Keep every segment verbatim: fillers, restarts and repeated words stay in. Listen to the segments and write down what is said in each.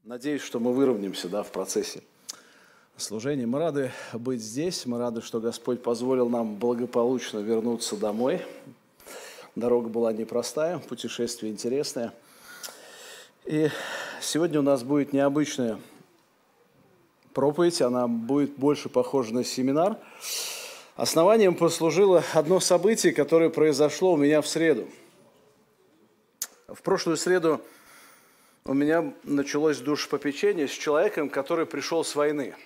Надеюсь, что мы выровняемся, да, в процессе служения. Мы рады быть здесь, мы рады, что Господь позволил нам благополучно вернуться домой. Дорога была непростая, путешествие интересное. И сегодня у нас будет необычная проповедь, она будет больше похожа на семинар. Основанием послужило одно событие, которое произошло у меня в среду. В прошлую среду у меня началось душепопечение с человеком, который пришел с войны.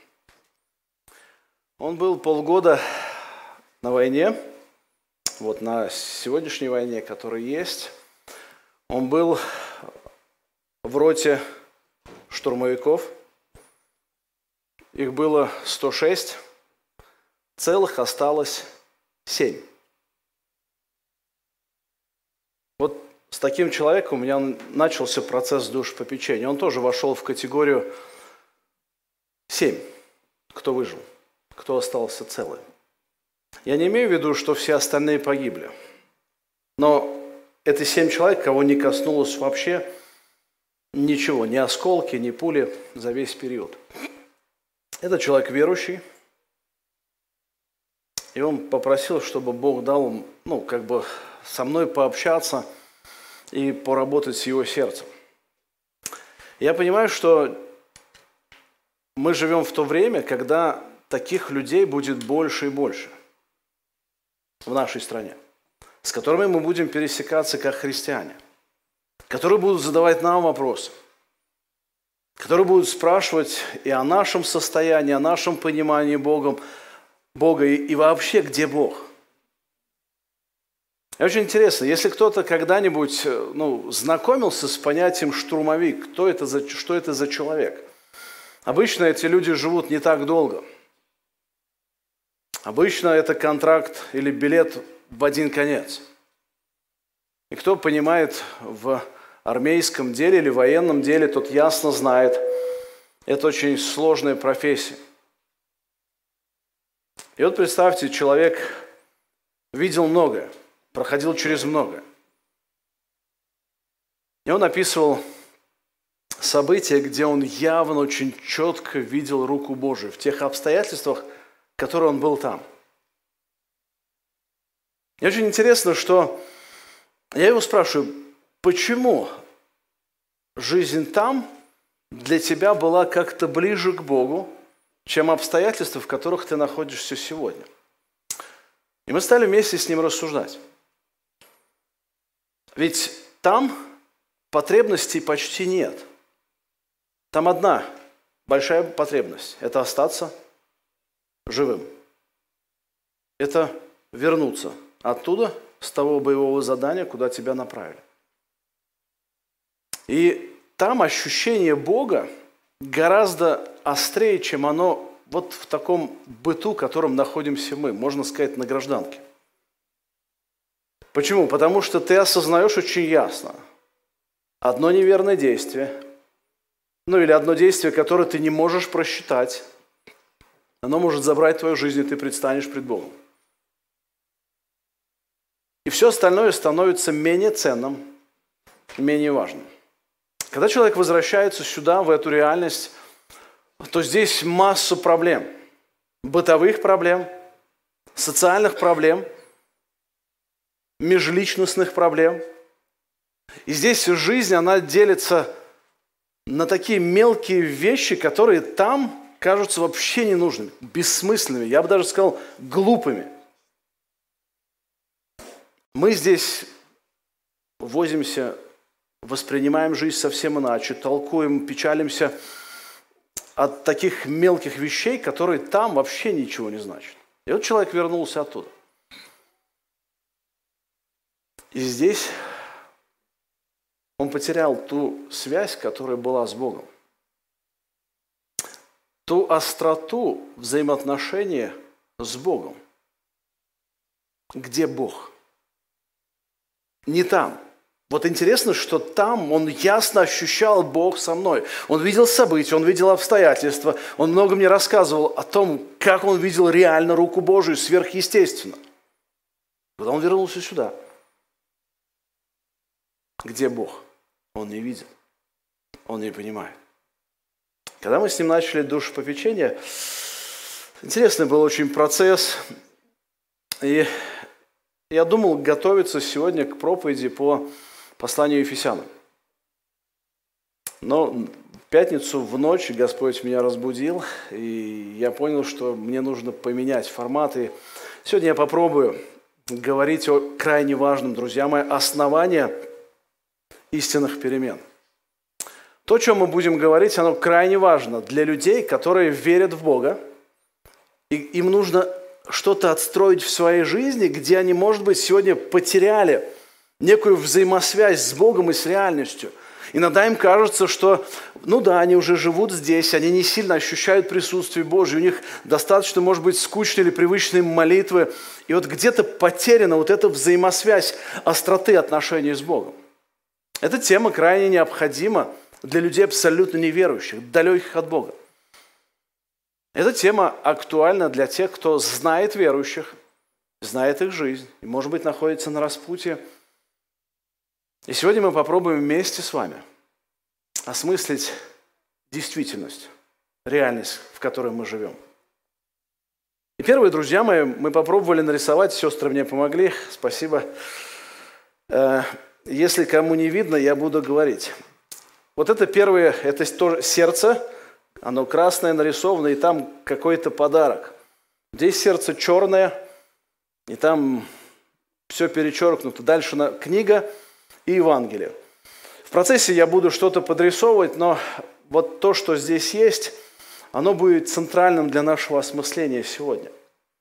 Он был полгода на войне, вот на сегодняшней войне, которая есть. Он был в роте штурмовиков. Их было сто шесть, целых осталось семь. Вот с таким человеком у меня начался процесс душепопечения. Он тоже вошел в категорию семь, кто выжил, кто остался целым. Я не имею в виду, что все остальные погибли. Но это семь человек, кого не коснулось вообще ничего, ни осколки, ни пули за весь период. Это человек верующий. И он попросил, чтобы Бог дал, ну, как бы со мной пообщаться и поработать с его сердцем. Я понимаю, что мы живем в то время, когда таких людей будет больше и больше в нашей стране, с которыми мы будем пересекаться как христиане, которые будут задавать нам вопросы, которые будут спрашивать и о нашем состоянии, о нашем понимании Богом, Бога и, и вообще, где Бог. И очень интересно, если кто-то когда-нибудь ну, знакомился с понятием штурмовик, кто это за, что это за человек? Обычно эти люди живут не так долго. Обычно это контракт или билет в один конец. И кто понимает в армейском деле или военном деле, тот ясно знает, это очень сложная профессия. И вот представьте, человек видел многое, проходил через многое. И он описывал события, где он явно очень четко видел руку Божию в тех обстоятельствах, в которых он был там. И очень интересно, что я его спрашиваю, почему жизнь там для тебя была как-то ближе к Богу, чем обстоятельства, в которых ты находишься сегодня? И мы стали вместе с ним рассуждать. Ведь там потребностей почти нет. Там одна большая потребность – это остаться живым. Это вернуться оттуда, с того боевого задания, куда тебя направили. И там ощущение Бога гораздо острее, чем оно вот в таком быту, в котором находимся мы, можно сказать, на гражданке. Почему? Потому что ты осознаешь очень ясно одно неверное действие, ну или одно действие, которое ты не можешь просчитать, оно может забрать твою жизнь, и ты предстанешь пред Богом. И все остальное становится менее ценным, менее важным. Когда человек возвращается сюда, в эту реальность, то здесь массу проблем. Бытовых проблем, социальных проблем, межличностных проблем. И здесь жизнь, она делится на такие мелкие вещи, которые там кажутся вообще ненужными, бессмысленными, я бы даже сказал, глупыми. Мы здесь возимся, воспринимаем жизнь совсем иначе, толкуем, печалимся от таких мелких вещей, которые там вообще ничего не значат. И вот человек вернулся оттуда. И здесь он потерял ту связь, которая была с Богом. Ту остроту взаимоотношения с Богом. Где Бог? Не там. Вот интересно, что там он ясно ощущал Бог со мной. Он видел события, он видел обстоятельства. Он много мне рассказывал о том, как он видел реально руку Божию сверхъестественно. Когда он вернулся сюда, где Бог? Он не видел, он не понимает. Когда мы с ним начали душепопечение, интересный был очень процесс. И я думал готовиться сегодня к проповеди по посланию Ефесянам. Но в пятницу в ночь Господь меня разбудил, и я понял, что мне нужно поменять формат. И сегодня я попробую говорить о крайне важном, друзья мои, основании истинных перемен. То, о чем мы будем говорить, оно крайне важно для людей, которые верят в Бога. И им нужно что-то отстроить в своей жизни, где они, может быть, сегодня потеряли некую взаимосвязь с Богом и с реальностью. Иногда им кажется, что, ну да, они уже живут здесь, они не сильно ощущают присутствие Божье, у них достаточно, может быть, скучные или привычные молитвы, и вот где-то потеряна вот эта взаимосвязь остроты отношений с Богом. Эта тема крайне необходима для людей абсолютно неверующих, далеких от Бога. Эта тема актуальна для тех, кто знает верующих, знает их жизнь и, может быть, находится на распутье. И сегодня мы попробуем вместе с вами осмыслить действительность, реальность, в которой мы живем. И первые, друзья мои, мы попробовали нарисовать, сестры мне помогли, спасибо. Если кому не видно, я буду говорить. Вот это первое, это тоже сердце, оно красное нарисовано, и там какой-то подарок. Здесь сердце черное, и там все перечеркнуто. Дальше книга и Евангелие. В процессе я буду что-то подрисовывать, но вот то, что здесь есть, оно будет центральным для нашего осмысления сегодня.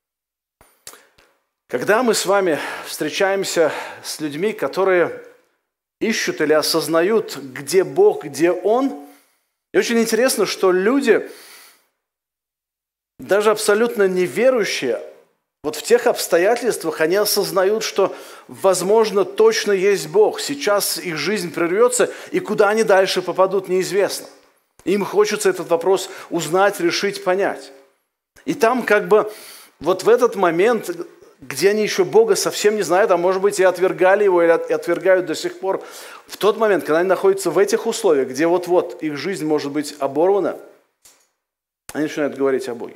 Когда мы с вами встречаемся с людьми, которые ищут или осознают, где Бог, где Он, и очень интересно, что люди, даже абсолютно неверующие, вот в тех обстоятельствах они осознают, что, возможно, точно есть Бог. Сейчас их жизнь прервется, и куда они дальше попадут, неизвестно. Им хочется этот вопрос узнать, решить, понять. И там как бы вот в этот момент, где они еще Бога совсем не знают, а может быть и отвергали Его, или отвергают до сих пор, в тот момент, когда они находятся в этих условиях, где вот-вот их жизнь может быть оборвана, они начинают говорить о Боге.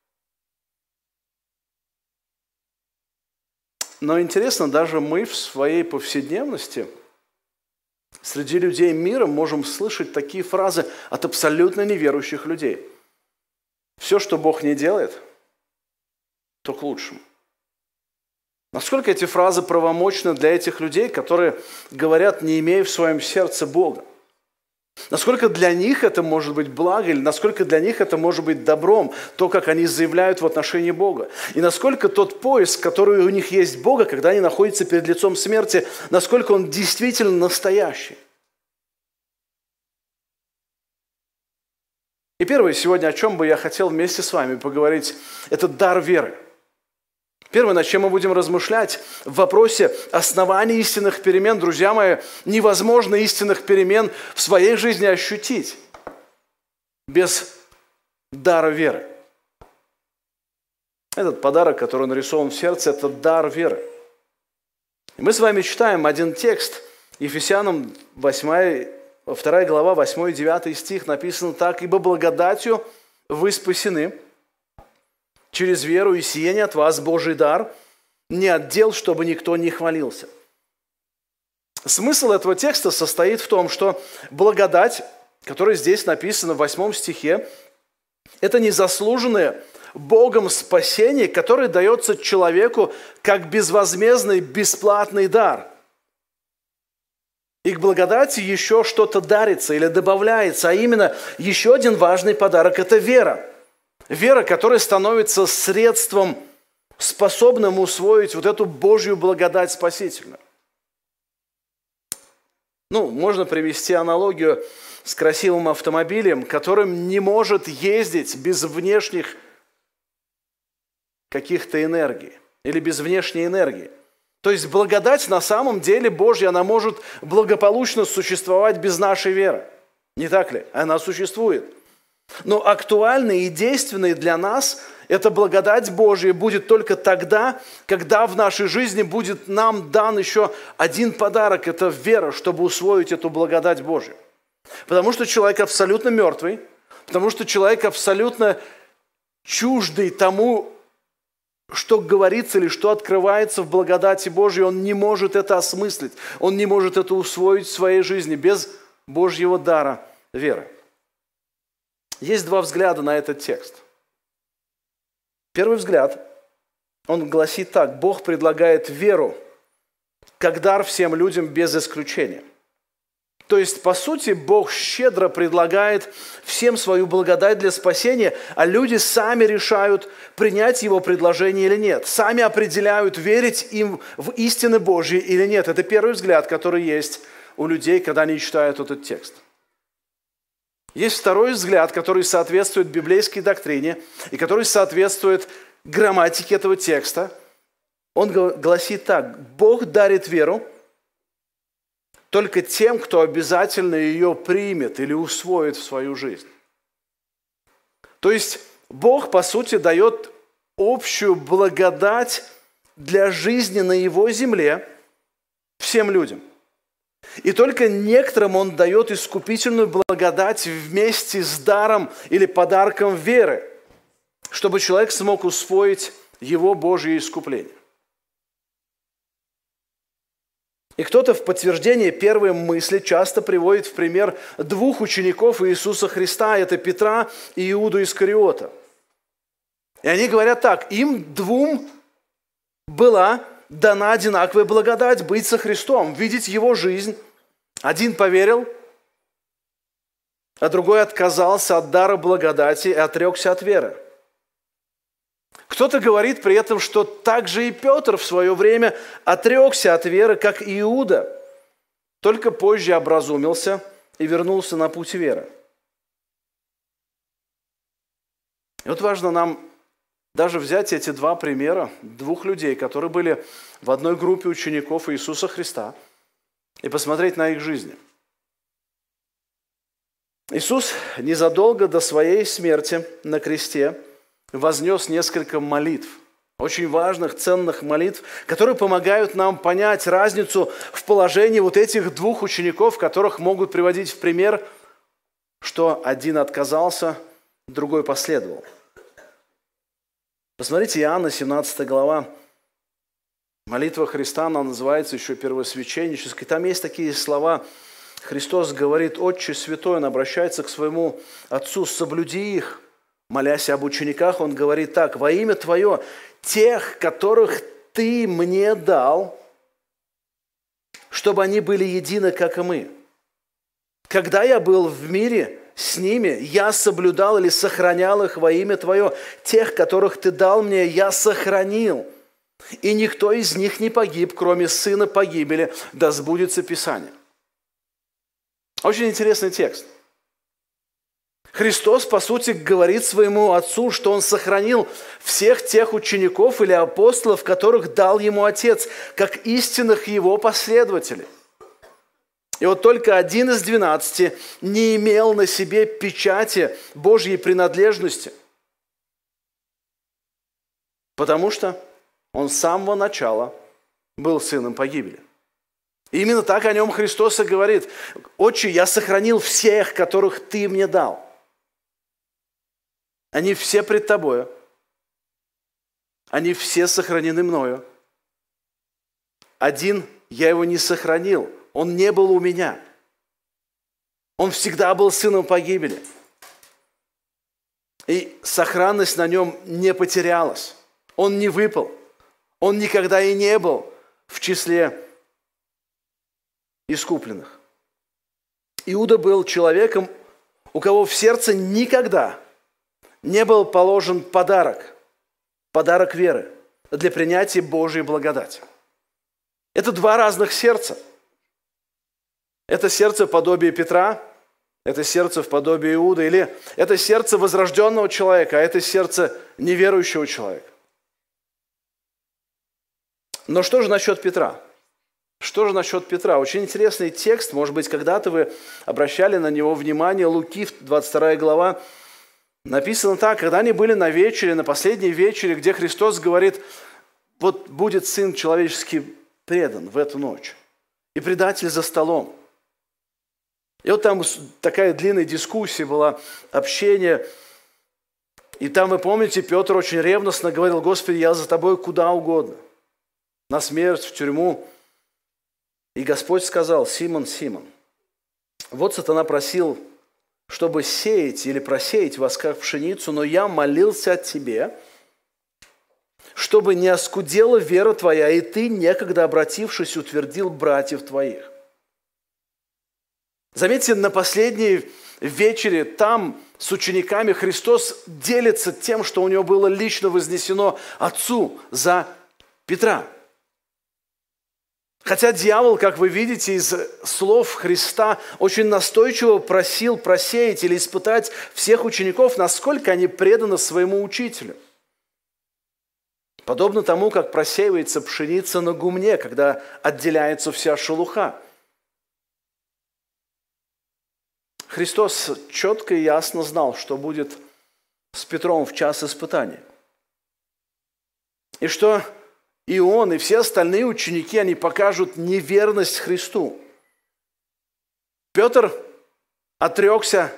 Но интересно, даже мы в своей повседневности среди людей мира можем слышать такие фразы от абсолютно неверующих людей. Все, что Бог не делает, то к лучшему. Насколько эти фразы правомочны для этих людей, которые говорят, не имея в своем сердце Бога? Насколько для них это может быть благо, или насколько для них это может быть добром, то, как они заявляют в отношении Бога? И насколько тот поиск, который у них есть Бога, когда они находятся перед лицом смерти, насколько он действительно настоящий? И первое сегодня, о чем бы я хотел вместе с вами поговорить, это дар веры. Первое, над чем мы будем размышлять в вопросе основания истинных перемен, друзья мои, невозможно истинных перемен в своей жизни ощутить без дара веры. Этот подарок, который нарисован в сердце, это дар веры. И мы с вами читаем один текст, Ефесянам восьмая, вторая глава, восьмой и девятый стих, написано так: «Ибо благодатью вы спасены через веру, и сие не от вас Божий дар, не от дел, чтобы никто не хвалился». Смысл этого текста состоит в том, что благодать, которая здесь написана в восьмом стихе, это незаслуженное Богом спасение, которое дается человеку как безвозмездный, бесплатный дар. И к благодати еще что-то дарится или добавляется, а именно еще один важный подарок – это вера. Вера, которая становится средством, способным усвоить вот эту Божью благодать спасительную. Ну, можно привести аналогию с красивым автомобилем, которым не может ездить без внешних каких-то энергий или без внешней энергии. То есть благодать на самом деле Божья, она может благополучно существовать без нашей веры. Не так ли? Она существует. Но актуальной и действенной для нас эта благодать Божья будет только тогда, когда в нашей жизни будет нам дан еще один подарок – это вера, чтобы усвоить эту благодать Божью. Потому что человек абсолютно мертвый, Потому что человек абсолютно чуждый тому, что говорится или что открывается в благодати Божьей, он не может это осмыслить, он не может это усвоить в своей жизни без Божьего дара веры. Есть два взгляда на этот текст. Первый взгляд, он гласит так: Бог предлагает веру как дар всем людям без исключения. То есть, по сути, Бог щедро предлагает всем свою благодать для спасения, а люди сами решают, принять Его предложение или нет. Сами определяют, верить им в истины Божьи или нет. Это первый взгляд, который есть у людей, когда они читают этот текст. Есть второй взгляд, который соответствует библейской доктрине и который соответствует грамматике этого текста. Он гласит так: Бог дарит веру только тем, кто обязательно ее примет или усвоит в свою жизнь. То есть Бог, по сути, дает общую благодать для жизни на Его земле всем людям. И только некоторым Он дает искупительную благодать вместе с даром или подарком веры, чтобы человек смог усвоить Его Божье искупление. И кто-то в подтверждение первой мысли часто приводит в пример двух учеников Иисуса Христа, это Петра и Иуду Искариота. И они говорят так: им двум была дана одинаковая благодать быть со Христом, видеть Его жизнь. Один поверил, а другой отказался от дара благодати и отрекся от веры. Кто-то говорит при этом, что также и Петр в свое время отрекся от веры, как и Иуда, только позже образумился и вернулся на путь веры. И вот важно нам даже взять эти два примера двух людей, которые были в одной группе учеников Иисуса Христа, и посмотреть на их жизни. Иисус незадолго до своей смерти на кресте вознес несколько молитв, очень важных, ценных молитв, которые помогают нам понять разницу в положении вот этих двух учеников, которых могут приводить в пример, что один отказался, другой последовал. Посмотрите, Иоанна, семнадцатая глава, молитва Христа, она называется еще первосвященнической. Там есть такие слова. Христос говорит: «Отче святой», он обращается к своему Отцу: «Соблюди их». Молясь об учениках, он говорит так: «Во имя Твое, тех, которых Ты мне дал, чтобы они были едины, как и мы. Когда я был в мире с ними, я соблюдал или сохранял их во имя Твое. Тех, которых Ты дал мне, я сохранил. И никто из них не погиб, кроме сына погибели, да сбудется Писание». Очень интересный текст. Христос, по сути, говорит своему Отцу, что Он сохранил всех тех учеников или апостолов, которых дал Ему Отец, как истинных Его последователей. И вот только один из двенадцати не имел на себе печати Божьей принадлежности, потому что он с самого начала был сыном погибели. И именно так о нем Христос и говорит: «Отче, я сохранил всех, которых Ты мне дал. Они все пред Тобою. Они все сохранены Мною. Один я его не сохранил. Он не был у меня. Он всегда был сыном погибели. И сохранность на нем не потерялась. Он не выпал. Он никогда и не был в числе искупленных». Иуда был человеком, у кого в сердце никогда не был положен подарок, подарок веры для принятия Божьей благодати. Это два разных сердца. Это сердце в подобии Петра, это сердце в подобии Иуды, или это сердце возрожденного человека, а это сердце неверующего человека. Но что же насчет Петра? Что же насчет Петра? Очень интересный текст, может быть, когда-то вы обращали на него внимание. Луки, двадцать вторая глава, написано так: когда они были на вечере, на последней вечере, где Христос говорит: вот будет Сын Человеческий предан в эту ночь, и предатель за столом. И вот там такая длинная дискуссия была, общение. И там, вы помните, Петр очень ревностно говорил: Господи, я за тобой куда угодно. На смерть, в тюрьму. И Господь сказал: Симон, Симон, вот сатана просил, чтобы сеять или просеять вас, как пшеницу, но я молился о тебе, чтобы не оскудела вера твоя, и ты, некогда обратившись, утвердил братьев твоих. Заметьте, на последней вечере там с учениками Христос делится тем, что у него было лично вознесено Отцу за Петра. Хотя дьявол, как вы видите из слов Христа, очень настойчиво просил просеять или испытать всех учеников, насколько они преданы своему учителю. Подобно тому, как просеивается пшеница на гумне, когда отделяется вся шелуха. Христос четко и ясно знал, что будет с Петром в час испытания. И что и он, и все остальные ученики, они покажут неверность Христу. Петр отрекся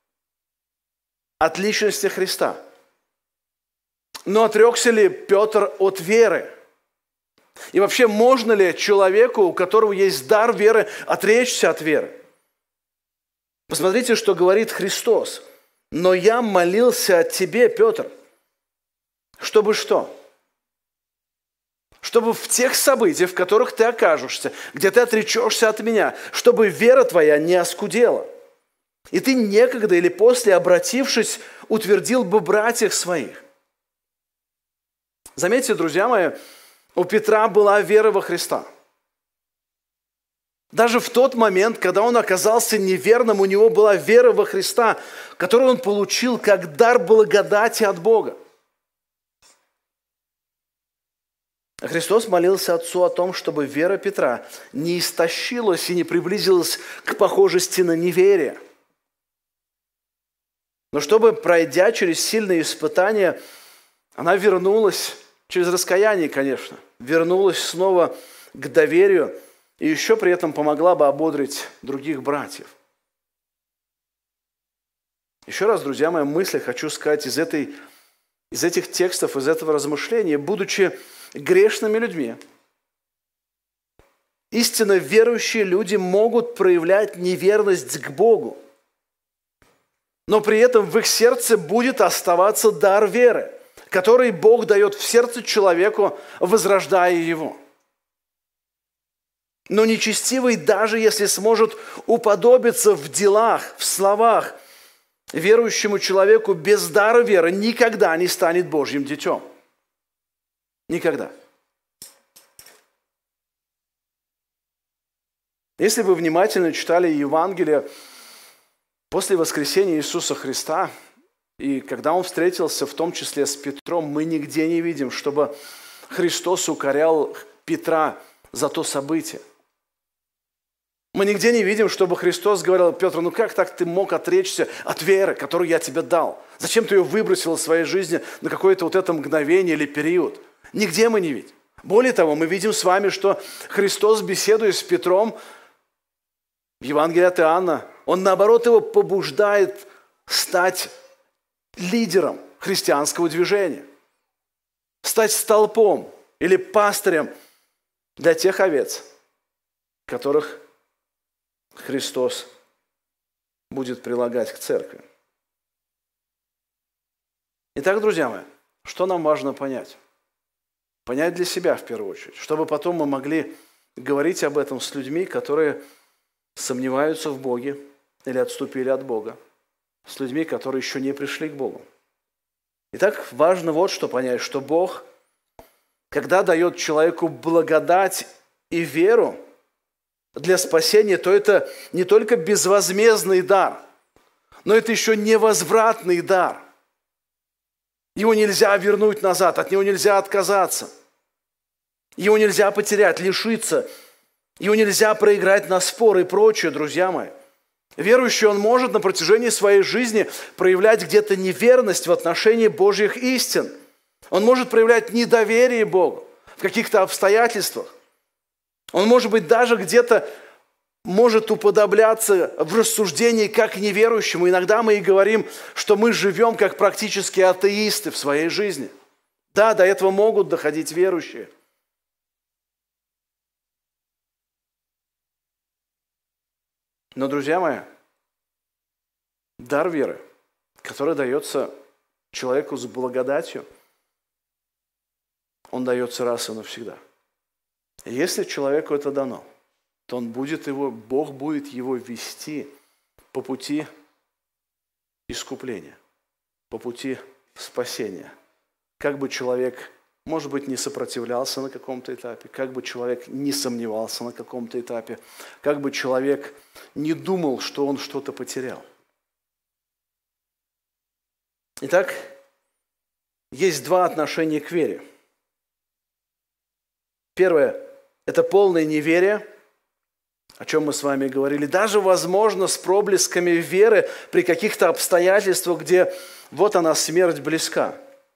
от личности Христа. Но отрекся ли Петр от веры? И вообще, можно ли человеку, у которого есть дар веры, отречься от веры? Посмотрите, что говорит Христос. «Но я молился о тебе, Петр, чтобы что? Чтобы в тех событиях, в которых ты окажешься, где ты отречешься от меня, чтобы вера твоя не оскудела. И ты некогда или после, обратившись, утвердил бы братьев своих». Заметьте, друзья мои, у Петра была вера во Христа. Даже в тот момент, когда он оказался неверным, у него была вера во Христа, которую он получил как дар благодати от Бога. Христос молился Отцу о том, чтобы вера Петра не истощилась и не приблизилась к похожести на неверие. Но чтобы, пройдя через сильные испытания, она вернулась, через раскаяние, конечно, вернулась снова к доверию и еще при этом помогла бы ободрить других братьев. Еще раз, друзья мои, мысли хочу сказать из, этой, из этих текстов, из этого размышления, будучи грешными людьми, истинно верующие люди могут проявлять неверность к Богу, но при этом в их сердце будет оставаться дар веры, который Бог дает в сердце человеку, возрождая его. Но нечестивый, даже если сможет уподобиться в делах, в словах, верующему человеку без дара веры никогда не станет Божьим детем. Никогда. Если вы внимательно читали Евангелие после воскресения Иисуса Христа, и когда Он встретился в том числе с Петром, мы нигде не видим, чтобы Христос укорял Петра за то событие. Мы нигде не видим, чтобы Христос говорил: Петр, ну как так ты мог отречься от веры, которую я тебе дал? Зачем ты ее выбросил из своей жизни на какое-то вот это мгновение или период? Нигде мы не видим. Более того, мы видим с вами, что Христос, беседуя с Петром, в Евангелии от Иоанна, Он наоборот его побуждает стать лидером христианского движения, стать столпом или пастырем для тех овец, которых Христос будет прилагать к церкви. Итак, друзья мои, что нам важно понять? Понять для себя в первую очередь, чтобы потом мы могли говорить об этом с людьми, которые сомневаются в Боге или отступили от Бога, с людьми, которые еще не пришли к Богу. Итак, важно вот что понять, что Бог, когда дает человеку благодать и веру для спасения, то это не только безвозмездный дар, но это еще невозвратный дар. Его нельзя вернуть назад, от него нельзя отказаться. Его нельзя потерять, лишиться. Его нельзя проиграть на спор и прочее, друзья мои. Верующий, он может на протяжении своей жизни проявлять где-то неверность в отношении Божьих истин. Он может проявлять недоверие Богу в каких-то обстоятельствах. Он, может быть, даже где-то может уподобляться в рассуждении как неверующему. Иногда мы и говорим, что мы живем как практически атеисты в своей жизни. Да, до этого могут доходить верующие. Но, друзья мои, дар веры, который дается человеку с благодатью, он дается раз и навсегда. И если человеку это дано, то он будет его, Бог будет его вести по пути искупления, по пути спасения. Как бы человек, может быть, не сопротивлялся на каком-то этапе, как бы человек не сомневался на каком-то этапе, как бы человек не думал, что он что-то потерял. Итак, есть два отношения к вере. Первое – это полное неверие, о чем мы с вами говорили, даже, возможно, с проблесками веры при каких-то обстоятельствах, где вот она, смерть близка.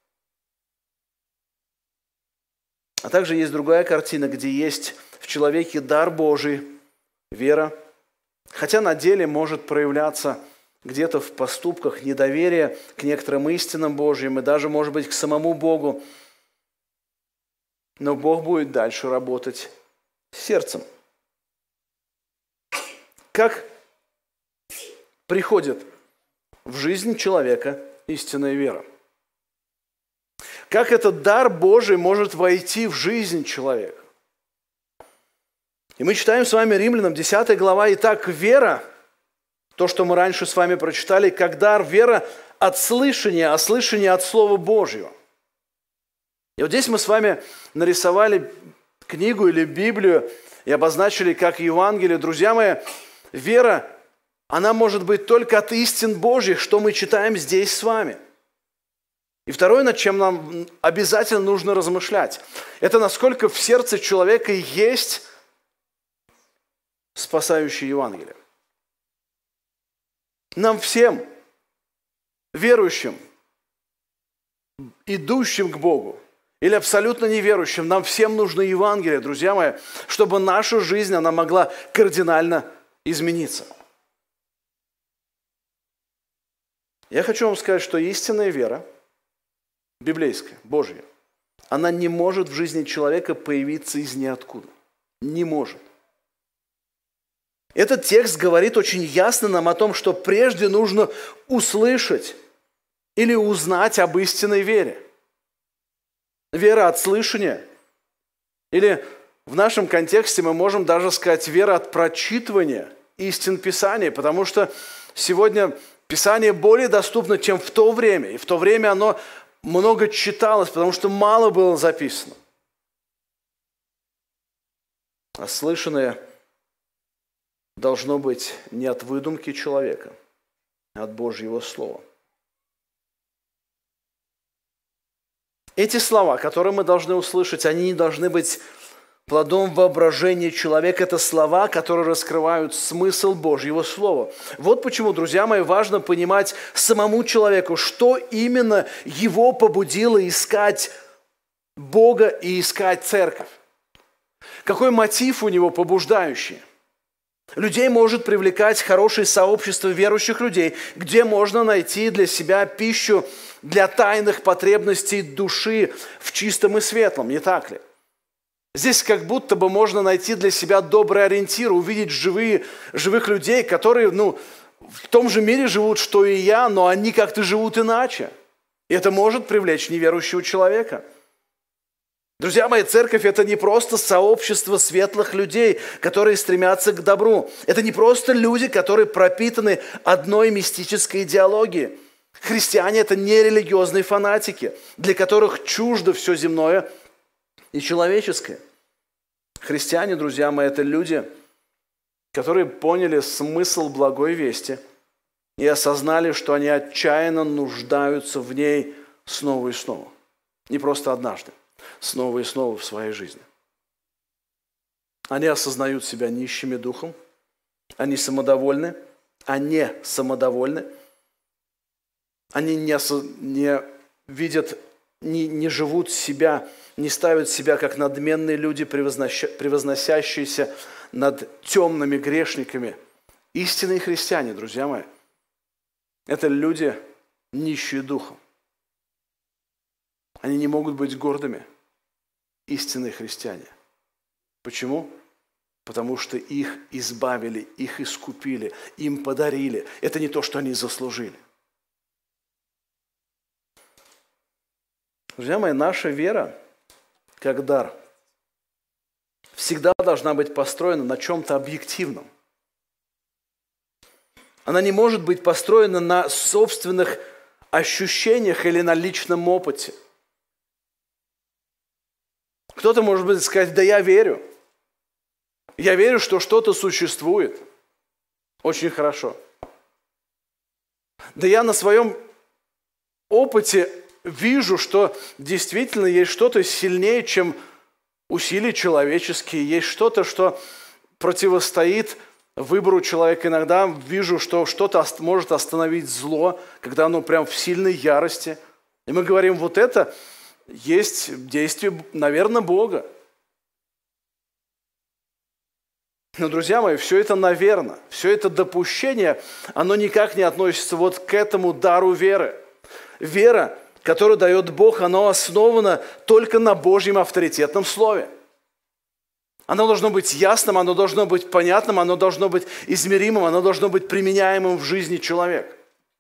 А также есть другая картина, где есть в человеке дар Божий, вера, хотя на деле может проявляться где-то в поступках недоверие к некоторым истинам Божьим и даже, может быть, к самому Богу. Но Бог будет дальше работать с сердцем. Как приходит в жизнь человека истинная вера? Как этот дар Божий может войти в жизнь человека? И мы читаем с вами Римлянам, десятая глава. Итак, вера, то, что мы раньше с вами прочитали, как дар, вера от слышания, а слышание от Слова Божьего. И вот здесь мы с вами нарисовали книгу или Библию и обозначили как Евангелие. Друзья мои, вера, она может быть только от истин Божьих, что мы читаем здесь с вами. И второе, над чем нам обязательно нужно размышлять, это насколько в сердце человека есть спасающее Евангелие. Нам всем, верующим, идущим к Богу, или абсолютно неверующим, нам всем нужно Евангелие, друзья мои, чтобы наша жизнь, она могла кардинально измениться. Я хочу вам сказать, что истинная вера, библейская, Божья, она не может в жизни человека появиться из ниоткуда. Не может. Этот текст говорит очень ясно нам о том, что прежде нужно услышать или узнать об истинной вере. Вера от слышания. Или в нашем контексте мы можем даже сказать вера от прочитывания истин Писания, потому что сегодня Писание более доступно, чем в то время. И в то время оно много читалось, потому что мало было записано. А слышанное должно быть не от выдумки человека, а от Божьего Слова. Эти слова, которые мы должны услышать, они не должны быть плодом воображения человека. Это слова, которые раскрывают смысл Божьего Слова. Вот почему, друзья мои, важно понимать самому человеку, что именно его побудило искать Бога и искать церковь. Какой мотив у него побуждающий? Людей может привлекать хорошее сообщество верующих людей, где можно найти для себя пищу для тайных потребностей души в чистом и светлом, не так ли? Здесь как будто бы можно найти для себя добрый ориентир, увидеть живые, живых людей, которые ну, в том же мире живут, что и я, но они как-то живут иначе. И это может привлечь неверующего человека. Друзья мои, церковь – это не просто сообщество светлых людей, которые стремятся к добру. Это не просто люди, которые пропитаны одной мистической идеологией. Христиане – это не религиозные фанатики, для которых чуждо все земное и человеческое. Христиане, друзья мои, это люди, которые поняли смысл благой вести и осознали, что они отчаянно нуждаются в ней снова и снова. Не просто однажды, снова и снова в своей жизни. Они осознают себя нищими духом, они самодовольны, они самодовольны, они не, не видят, не, не живут себя, не ставят себя как надменные люди, превозносящиеся над темными грешниками. Истинные христиане, друзья мои, это люди, нищие духом. Они не могут быть гордыми. Истинные христиане. Почему? Потому что их избавили, их искупили, им подарили. Это не то, что они заслужили. Друзья мои, наша вера, как дар, всегда должна быть построена на чем-то объективном. Она не может быть построена на собственных ощущениях или на личном опыте. Кто-то может быть сказать: да я верю. Я верю, что что-то существует. Очень хорошо. Да я на своем опыте вижу, что действительно есть что-то сильнее, чем усилия человеческие. Есть что-то, что противостоит выбору человека. Иногда вижу, что что-то может остановить зло, когда оно прям в сильной ярости. И мы говорим: вот это есть действие, наверное, Бога. Но, друзья мои, все это наверно, все это допущение, оно никак не относится вот к этому дару веры. Вера, которую дает Бог, она основана только на Божьем авторитетном слове. Оно должно быть ясным, оно должно быть понятным, оно должно быть измеримым, оно должно быть применяемым в жизни человека.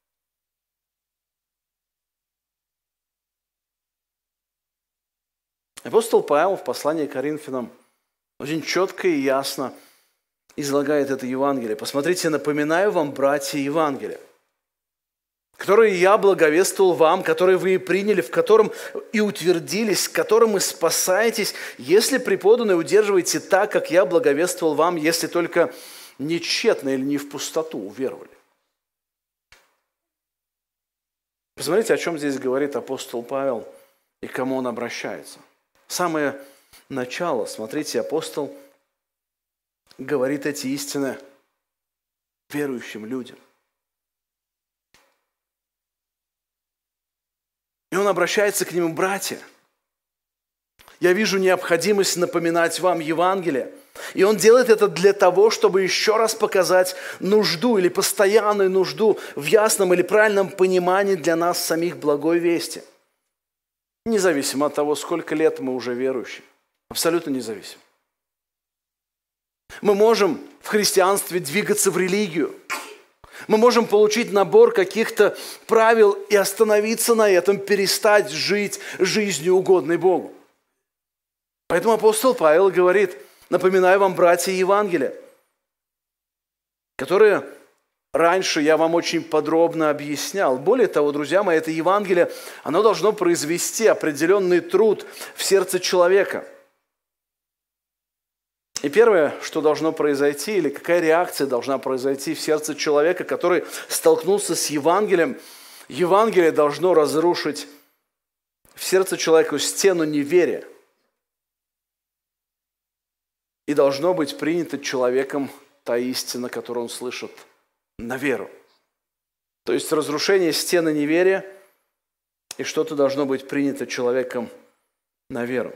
Апостол Павел в послании к Коринфянам очень четко и ясно излагает это Евангелие. Посмотрите, напоминаю вам, братья, Евангелие, которое я благовествовал вам, которое вы и приняли, в котором и утвердились, в котором и спасаетесь, если преподанное удерживаете так, как я благовествовал вам, если только не тщетно или не в пустоту уверовали. Посмотрите, о чем здесь говорит апостол Павел и к кому он обращается. Самое начало, смотрите, апостол говорит эти истины верующим людям. И он обращается к ним: братья, я вижу необходимость напоминать вам Евангелие. И он делает это для того, чтобы еще раз показать нужду или постоянную нужду в ясном или правильном понимании для нас самих благой вести. Независимо от того, сколько лет мы уже верующие. Абсолютно независимо. Мы можем в христианстве двигаться в религию. Мы можем получить набор каких-то правил и остановиться на этом, перестать жить жизнью, угодной Богу. Поэтому апостол Павел говорит: напоминаю вам, братья, Евангелие, которое раньше я вам очень подробно объяснял. Более того, друзья мои, это Евангелие, оно должно произвести определенный труд в сердце человека. И первое, что должно произойти, или какая реакция должна произойти в сердце человека, который столкнулся с Евангелием, Евангелие должно разрушить в сердце человека стену неверия. И должно быть принято человеком та истина, которую он слышит, на веру. То есть разрушение стены неверия, и что-то должно быть принято человеком на веру.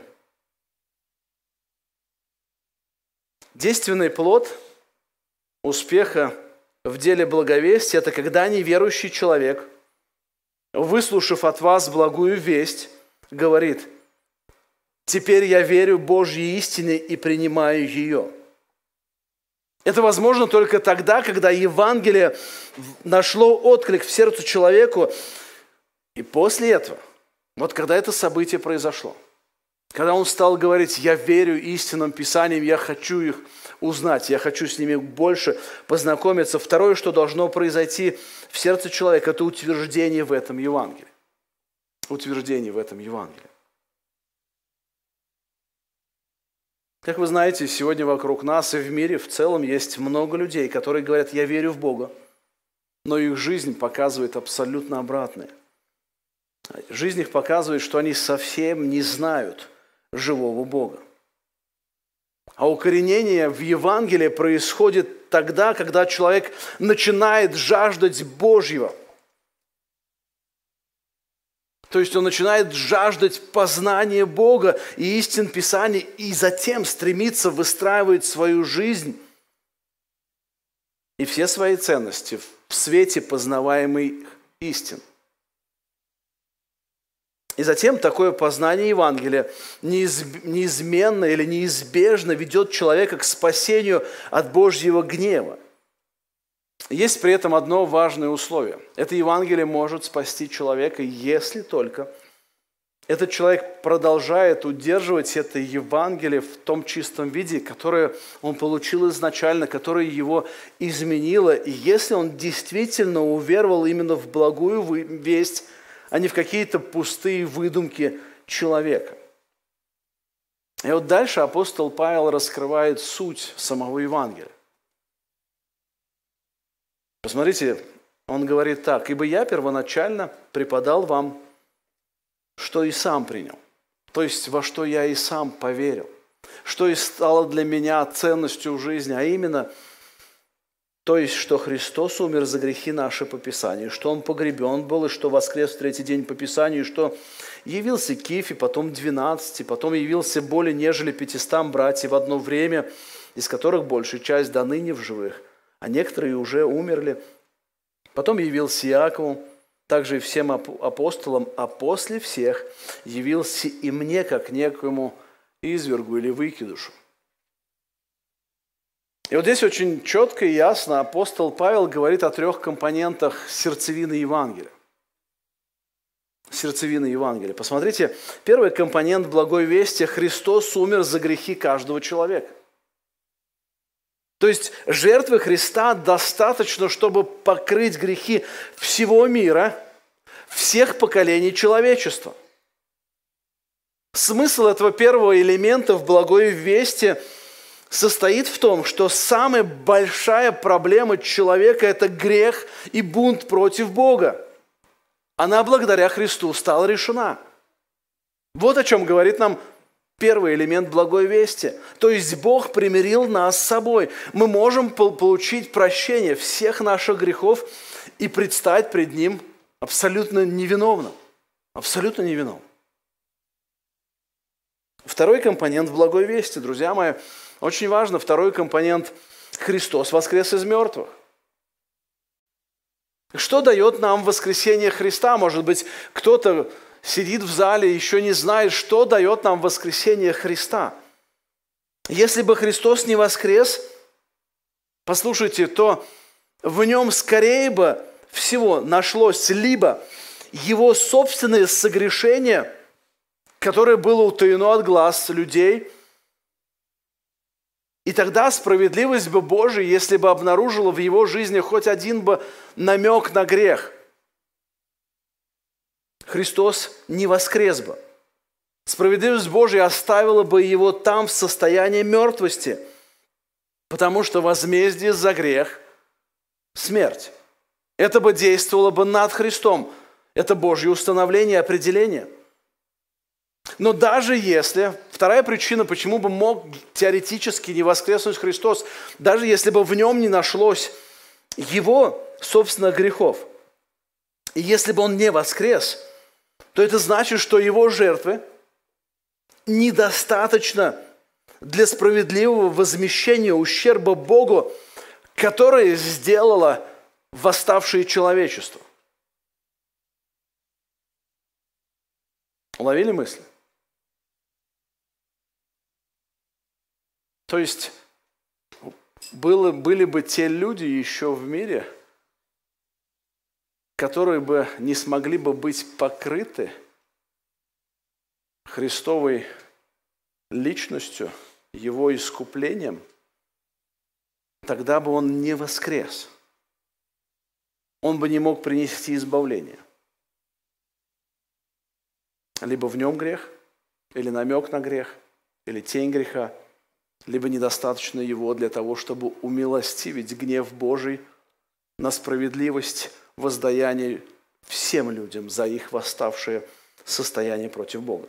Действенный плод успеха в деле благовестия – это когда неверующий человек, выслушав от вас благую весть, говорит: теперь я верю Божьей истине и принимаю ее. Это возможно только тогда, когда Евангелие нашло отклик в сердце человеку, и после этого, вот когда это событие произошло, когда он стал говорить: я верю истинным Писаниям, я хочу их узнать, я хочу с ними больше познакомиться. Второе, что должно произойти в сердце человека, это утверждение в этом Евангелии. Утверждение в этом Евангелии. Как вы знаете, сегодня вокруг нас и в мире в целом есть много людей, которые говорят: я верю в Бога, но их жизнь показывает абсолютно обратное. Жизнь их показывает, что они совсем не знают живого Бога. А укоренение в Евангелии происходит тогда, когда человек начинает жаждать Божьего. То есть он начинает жаждать познания Бога и истин Писаний, и затем стремится выстраивать свою жизнь и все свои ценности в свете познаваемых истин. И затем такое познание Евангелия неизменно или неизбежно ведет человека к спасению от Божьего гнева. Есть при этом одно важное условие. Это Евангелие может спасти человека, если только этот человек продолжает удерживать это Евангелие в том чистом виде, которое он получил изначально, которое его изменило. И если он действительно уверовал именно в благую весть, а не в какие-то пустые выдумки человека. И вот дальше апостол Павел раскрывает суть самого Евангелия. Посмотрите, он говорит так: «Ибо я первоначально преподал вам, что и сам принял». То есть, во что я и сам поверил. Что и стало для меня ценностью жизни, а именно, то есть, что Христос умер за грехи наши по Писанию, что Он погребен был, и что воскрес в третий день по Писанию, и что явился Кифе, потом двенадцати, потом явился более нежели пятистам братьев в одно время, из которых большая часть до ныне в живых, а некоторые уже умерли. Потом явился Иакову, также и всем апостолам, а после всех явился и мне, как некоему извергу или выкидышу. И вот здесь очень четко и ясно апостол Павел говорит о трех компонентах сердцевины Евангелия. Сердцевины Евангелия. Посмотрите, первый компонент благой вести – Христос умер за грехи каждого человека. То есть жертвы Христа достаточно, чтобы покрыть грехи всего мира, всех поколений человечества. Смысл этого первого элемента в благой вести состоит в том, что самая большая проблема человека – это грех и бунт против Бога. Она благодаря Христу стала решена. Вот о чем говорит нам первый элемент благой вести. То есть Бог примирил нас с собой. Мы можем получить прощение всех наших грехов и предстать пред Ним абсолютно невиновным. Абсолютно невиновным. Второй компонент благой вести, друзья мои, очень важно. Второй компонент – Христос воскрес из мертвых. Что дает нам воскресение Христа? Может быть, кто-то сидит в зале и еще не знает, что дает нам воскресение Христа. Если бы Христос не воскрес, послушайте, то в нем скорее бы всего нашлось либо его собственное согрешение, которое было утаено от глаз людей, и тогда справедливость бы Божия, если бы обнаружила в его жизни хоть один бы намек на грех, Христос не воскрес бы. Справедливость Божия оставила бы его там в состоянии мертвости, потому что возмездие за грех – смерть. Это бы действовало бы над Христом. Это Божье установление, определение. Но даже если, вторая причина, почему бы мог теоретически не воскреснуть Христос, даже если бы в нем не нашлось его собственных грехов, и если бы он не воскрес, то это значит, что его жертвы недостаточно для справедливого возмещения ущерба Богу, которое сделало восставшее человечество. Уловили мысль? То есть было, были бы те люди еще в мире, которые бы не смогли бы быть покрыты Христовой личностью, Его искуплением, тогда бы Он не воскрес. Он бы не мог принести избавление. Либо в нем грех, или намек на грех, или тень греха, либо недостаточно его для того, чтобы умилостивить гнев Божий на справедливость воздаяния всем людям за их восставшее состояние против Бога.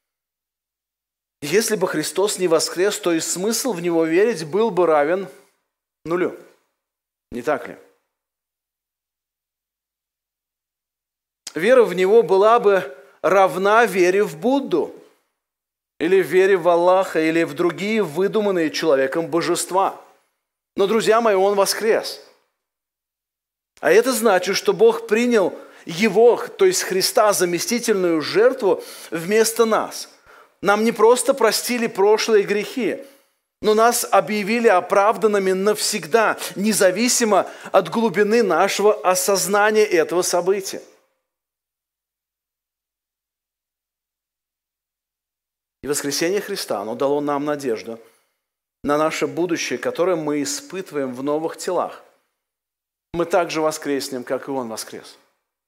Если бы Христос не воскрес, то и смысл в Него верить был бы равен нулю. Не так ли? Вера в Него была бы равна вере в Будду, или в вере в Аллаха, или в другие выдуманные человеком божества. Но, друзья мои, Он воскрес. А это значит, что Бог принял Его, то есть Христа, заместительную жертву вместо нас. Нам не просто простили прошлые грехи, но нас объявили оправданными навсегда, независимо от глубины нашего осознания этого события. И воскресение Христа, оно дало нам надежду на наше будущее, которое мы испытываем в новых телах. Мы также воскреснем, как и Он воскрес.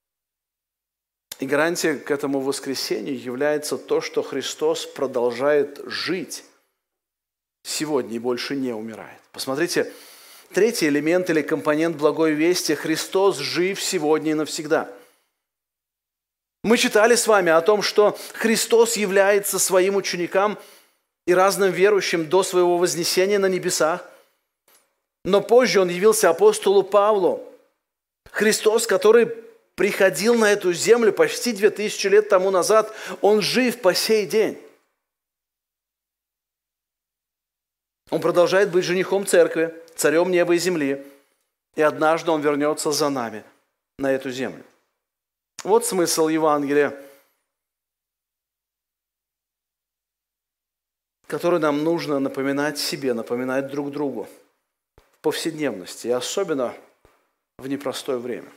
И гарантией к этому воскресению является то, что Христос продолжает жить сегодня и больше не умирает. Посмотрите, третий элемент или компонент благой вести – Христос жив сегодня и навсегда. Мы читали с вами о том, что Христос является своим ученикам и разным верующим до своего вознесения на небесах. Но позже Он явился апостолу Павлу. Христос, который приходил на эту землю почти две тысячи лет тому назад, Он жив по сей день. Он продолжает быть женихом церкви, царем неба и земли. И однажды Он вернется за нами на эту землю. Вот смысл Евангелия, который нам нужно напоминать себе, напоминать друг другу в повседневности, и особенно в непростое время.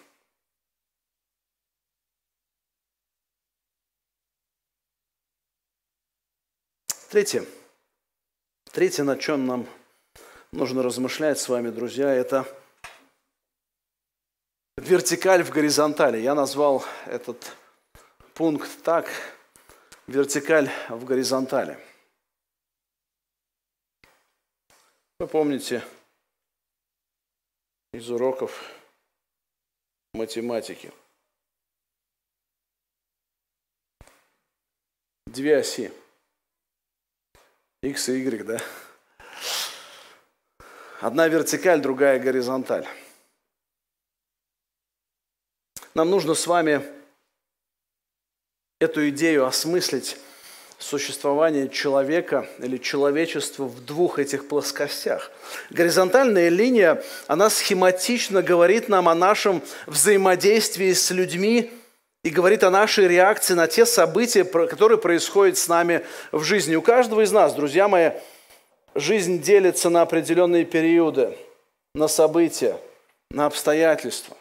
Третье. Третье, на чем нам нужно размышлять с вами, друзья, это вертикаль в горизонтали. Я назвал этот пункт так: вертикаль в горизонтали. Вы помните из уроков математики. Две оси. X и Y, да? Одна вертикаль, другая горизонталь. Нам нужно с вами эту идею осмыслить, существование человека или человечества в двух этих плоскостях. Горизонтальная линия, она схематично говорит нам о нашем взаимодействии с людьми и говорит о нашей реакции на те события, которые происходят с нами в жизни. У каждого из нас, друзья мои, жизнь делится на определенные периоды, на события, на обстоятельства.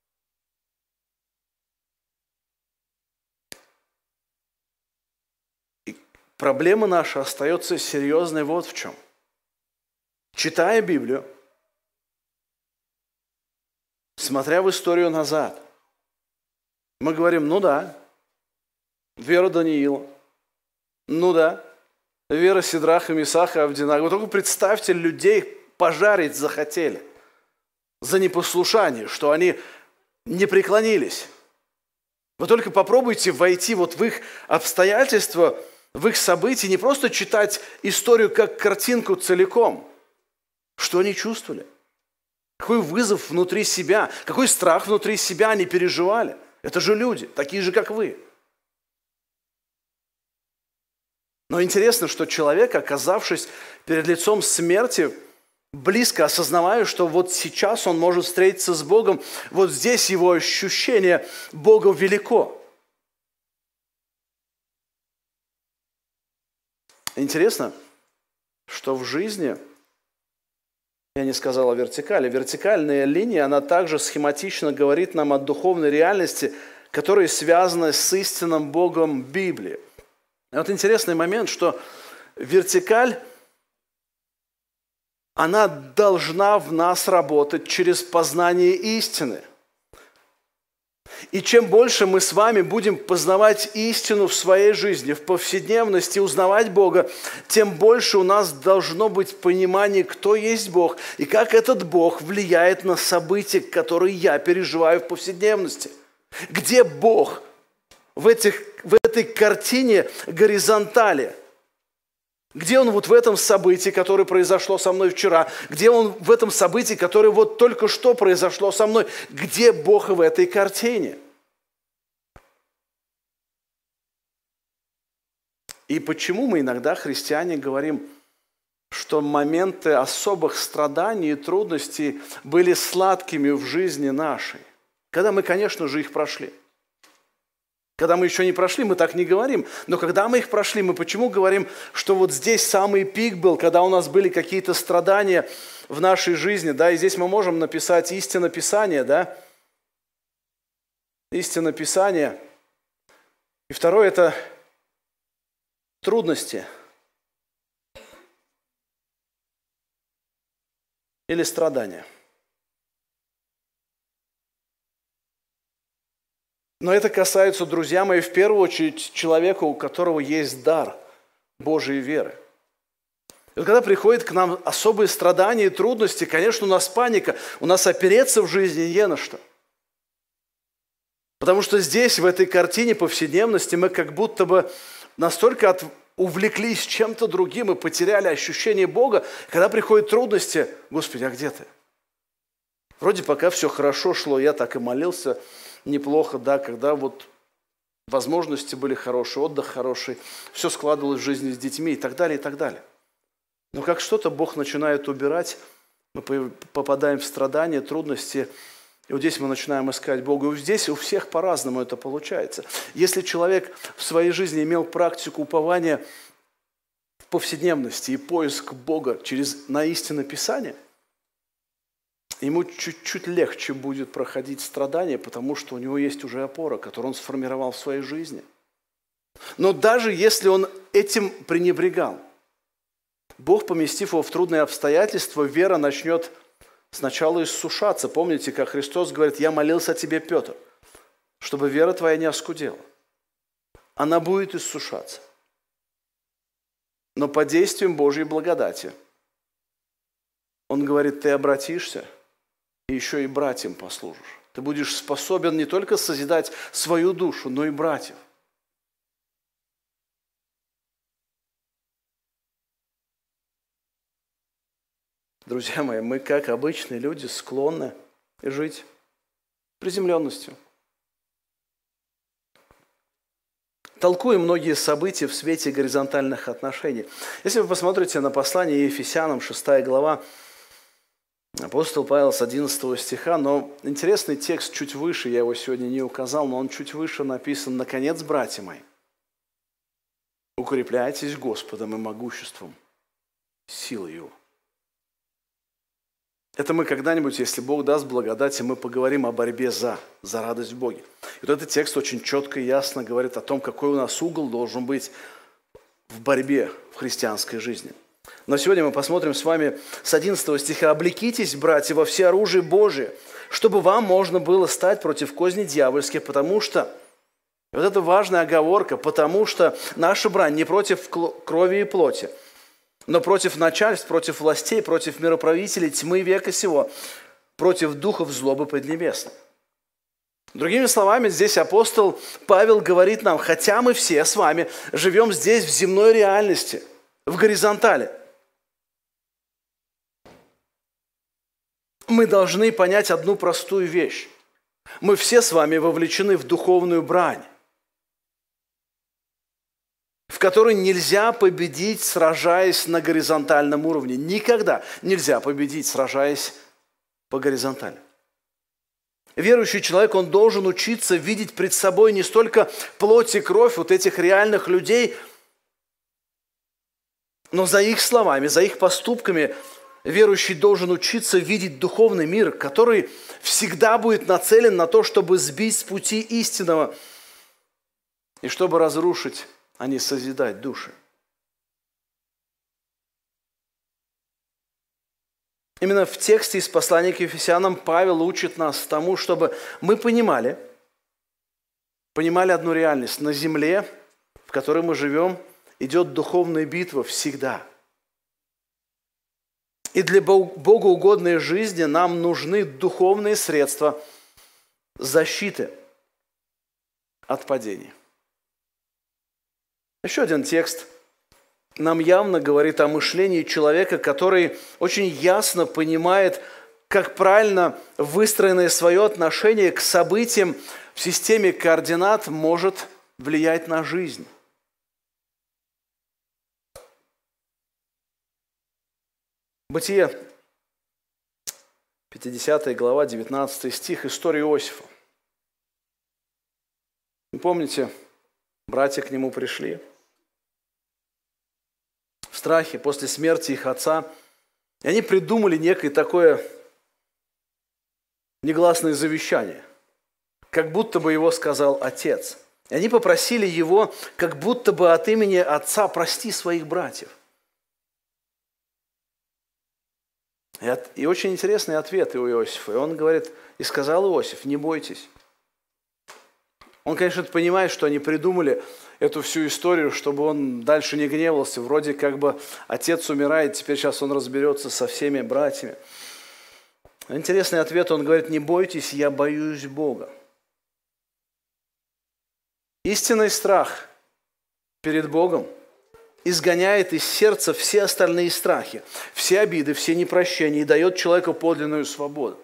И проблема наша остается серьезной вот в чем. Читая Библию, смотря в историю назад, мы говорим: ну да, вера Даниила, ну да, вера Сидраха, Месаха, Авденаго. Вы только представьте, людей пожарить захотели за непослушание, что они не преклонились. Вы только попробуйте войти вот в их обстоятельства, в их события, не просто читать историю как картинку целиком. Что они чувствовали? Какой вызов внутри себя, какой страх внутри себя они переживали? Это же люди, такие же, как вы. Но интересно, что человек, оказавшись перед лицом смерти, близко осознавая, что вот сейчас он может встретиться с Богом, вот здесь его ощущение Бога велико. Интересно, что в жизни, я не сказал о вертикали, вертикальная линия, она также схематично говорит нам о духовной реальности, которая связана с истинным Богом Библии. И вот интересный момент, что вертикаль, она должна в нас работать через познание истины. И чем больше мы с вами будем познавать истину в своей жизни, в повседневности, узнавать Бога, тем больше у нас должно быть понимание, кто есть Бог, и как этот Бог влияет на события, которые я переживаю в повседневности. Где Бог в, этих, в этой картине горизонтали? Где Он вот в этом событии, которое произошло со мной вчера? Где Он в этом событии, которое вот только что произошло со мной? Где Бог в этой картине? И почему мы иногда, христиане, говорим, что моменты особых страданий и трудностей были сладкими в жизни нашей, когда мы, конечно же, их прошли. Когда мы еще не прошли, мы так не говорим. Но когда мы их прошли, мы почему говорим, что вот здесь самый пик был, когда у нас были какие-то страдания в нашей жизни, да, и здесь мы можем написать истина Писания, да, истина Писания. И второе – это трудности или страдания. Но это касается, друзья мои, в первую очередь человека, у которого есть дар Божьей веры. И вот когда приходят к нам особые страдания и трудности, конечно, у нас паника, у нас опереться в жизни не на что. Потому что здесь, в этой картине повседневности, мы как будто бы настолько от... увлеклись чем-то другим и потеряли ощущение Бога. Когда приходят трудности, Господи, а где ты? Вроде пока все хорошо шло, я так и молился неплохо, да, когда вот возможности были хорошие, отдых хороший, все складывалось в жизни с детьми и так далее, и так далее. Но как что-то Бог начинает убирать, мы попадаем в страдания, трудности, и вот здесь мы начинаем искать Бога. И здесь у всех по-разному это получается. Если человек в своей жизни имел практику упования в повседневности и поиск Бога через на истинное Писание, ему чуть-чуть легче будет проходить страдания, потому что у него есть уже опора, которую он сформировал в своей жизни. Но даже если он этим пренебрегал, Бог, поместив его в трудные обстоятельства, вера начнет сначала иссушаться. Помните, как Христос говорит: «Я молился о тебе, Петр, чтобы вера твоя не оскудела». Она будет иссушаться. Но под действием Божьей благодати Он говорит: ты обратишься, и еще и братьям послужишь. Ты будешь способен не только созидать свою душу, но и братьев. Друзья мои, мы, как обычные люди, склонны жить приземленностью. Толкуем многие события в свете горизонтальных отношений. Если вы посмотрите на послание Ефесянам, шестая глава, апостол Павел с одиннадцатого стиха, но интересный текст чуть выше, я его сегодня не указал, но он чуть выше написан: «Наконец, братья мои, укрепляйтесь Господом и могуществом силы Его». Это мы когда-нибудь, если Бог даст благодать, мы поговорим о борьбе за, за радость в Боге. И вот этот текст очень четко и ясно говорит о том, какой у нас угол должен быть в борьбе в христианской жизни. Но сегодня мы посмотрим с вами с одиннадцатого стиха: «Облекитесь, братья, во всеоружие Божие, чтобы вам можно было стать против козней дьявольских, потому что...» Вот это важная оговорка: «потому что наша брань не против крови и плоти, но против начальств, против властей, против мироправителей тьмы века сего, против духов злобы поднебесной». Другими словами, здесь апостол Павел говорит нам: хотя мы все с вами живем здесь в земной реальности, в горизонтали, мы должны понять одну простую вещь. Мы все с вами вовлечены в духовную брань, в которой нельзя победить, сражаясь на горизонтальном уровне. Никогда нельзя победить, сражаясь по горизонтали. Верующий человек, он должен учиться видеть пред собой не столько плоть и кровь вот этих реальных людей, но за их словами, за их поступками верующий должен учиться видеть духовный мир, который всегда будет нацелен на то, чтобы сбить с пути истинного и чтобы разрушить, а не созидать души. Именно в тексте из послания к Ефесянам Павел учит нас тому, чтобы мы понимали, понимали одну реальность. На земле, в которой мы живем, идет духовная битва всегда. И для богоугодной жизни нам нужны духовные средства защиты от падений. Еще один текст нам явно говорит о мышлении человека, который очень ясно понимает, как правильно выстроенное свое отношение к событиям в системе координат может влиять на жизнь. Бытие, пятидесятая глава, девятнадцатый стих, история Иосифа. Вы помните, братья к нему пришли в страхе после смерти их отца, и они придумали некое такое негласное завещание, как будто бы его сказал отец. И они попросили его, как будто бы от имени отца, прости своих братьев. И, от, и очень интересный ответ у Иосифа. И он говорит, и сказал Иосиф, не бойтесь. Он, конечно, понимает, что они придумали эту всю историю, чтобы он дальше не гневался. Вроде как бы отец умирает, теперь сейчас он разберется со всеми братьями. Интересный ответ, он говорит, не бойтесь, я боюсь Бога. Истинный страх перед Богом изгоняет из сердца все остальные страхи, все обиды, все непрощения и дает человеку подлинную свободу.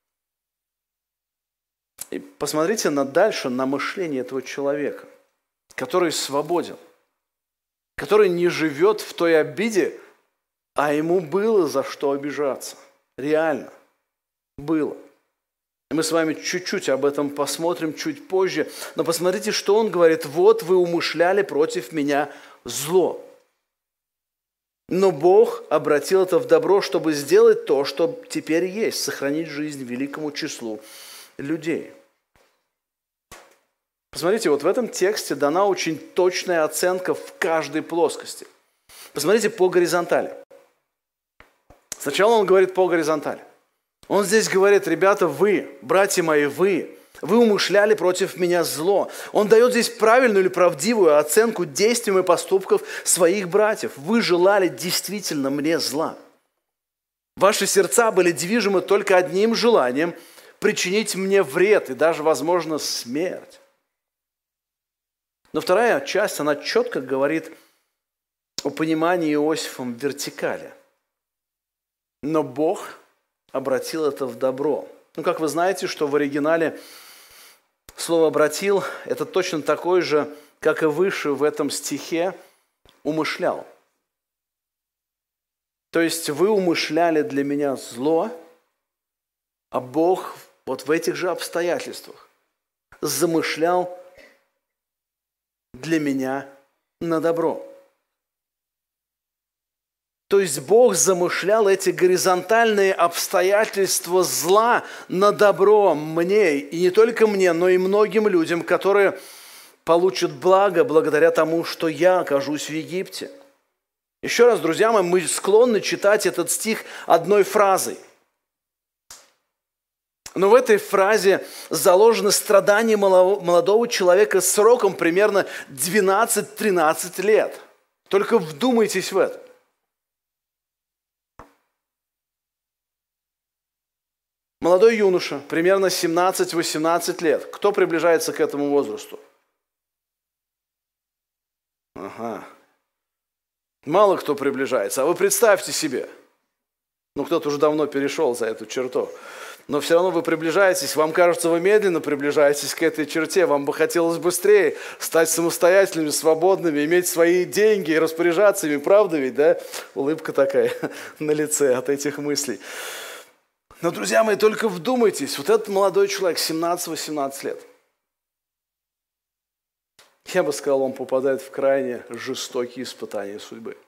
И посмотрите на дальше на мышление этого человека, который свободен, который не живет в той обиде, а ему было за что обижаться. Реально было. Мы с вами чуть-чуть об этом посмотрим чуть позже. Но посмотрите, что он говорит. Вот вы умышляли против меня зло. Но Бог обратил это в добро, чтобы сделать то, что теперь есть. Сохранить жизнь великому числу людей. Посмотрите, вот в этом тексте дана очень точная оценка в каждой плоскости. Посмотрите по горизонтали. Сначала он говорит по горизонтали. Он здесь говорит, ребята, вы, братья мои, вы, вы умышляли против меня зло. Он дает здесь правильную или правдивую оценку действиям и поступков своих братьев. Вы желали действительно мне зла. Ваши сердца были движимы только одним желанием – причинить мне вред и даже, возможно, смерть. Но вторая часть, она четко говорит о понимании Иосифом вертикали. Но Бог обратил это в добро. Ну, как вы знаете, что в оригинале слово «обратил» – это точно такое же, как и выше в этом стихе «умышлял». То есть вы умышляли для меня зло, а Бог вот в этих же обстоятельствах замышлял для меня на добро. То есть Бог замышлял эти горизонтальные обстоятельства зла на добро мне, и не только мне, но и многим людям, которые получат благо благодаря тому, что я окажусь в Египте. Еще раз, друзья мои, мы склонны читать этот стих одной фразой. Но в этой фразе заложено страдание молодого человека сроком примерно двенадцать-тринадцать лет. Только вдумайтесь в это. Молодой юноша, примерно семнадцать-восемнадцать лет. Кто приближается к этому возрасту? Ага. Мало кто приближается. А вы представьте себе. Ну, кто-то уже давно перешел за эту черту. Но все равно вы приближаетесь. Вам кажется, вы медленно приближаетесь к этой черте. Вам бы хотелось быстрее стать самостоятельными, свободными, иметь свои деньги и распоряжаться ими. Правда ведь, да? Улыбка такая на лице от этих мыслей. Но, друзья мои, только вдумайтесь, вот этот молодой человек, семнадцать-восемнадцать лет, я бы сказал, он попадает в крайне жестокие испытания судьбы.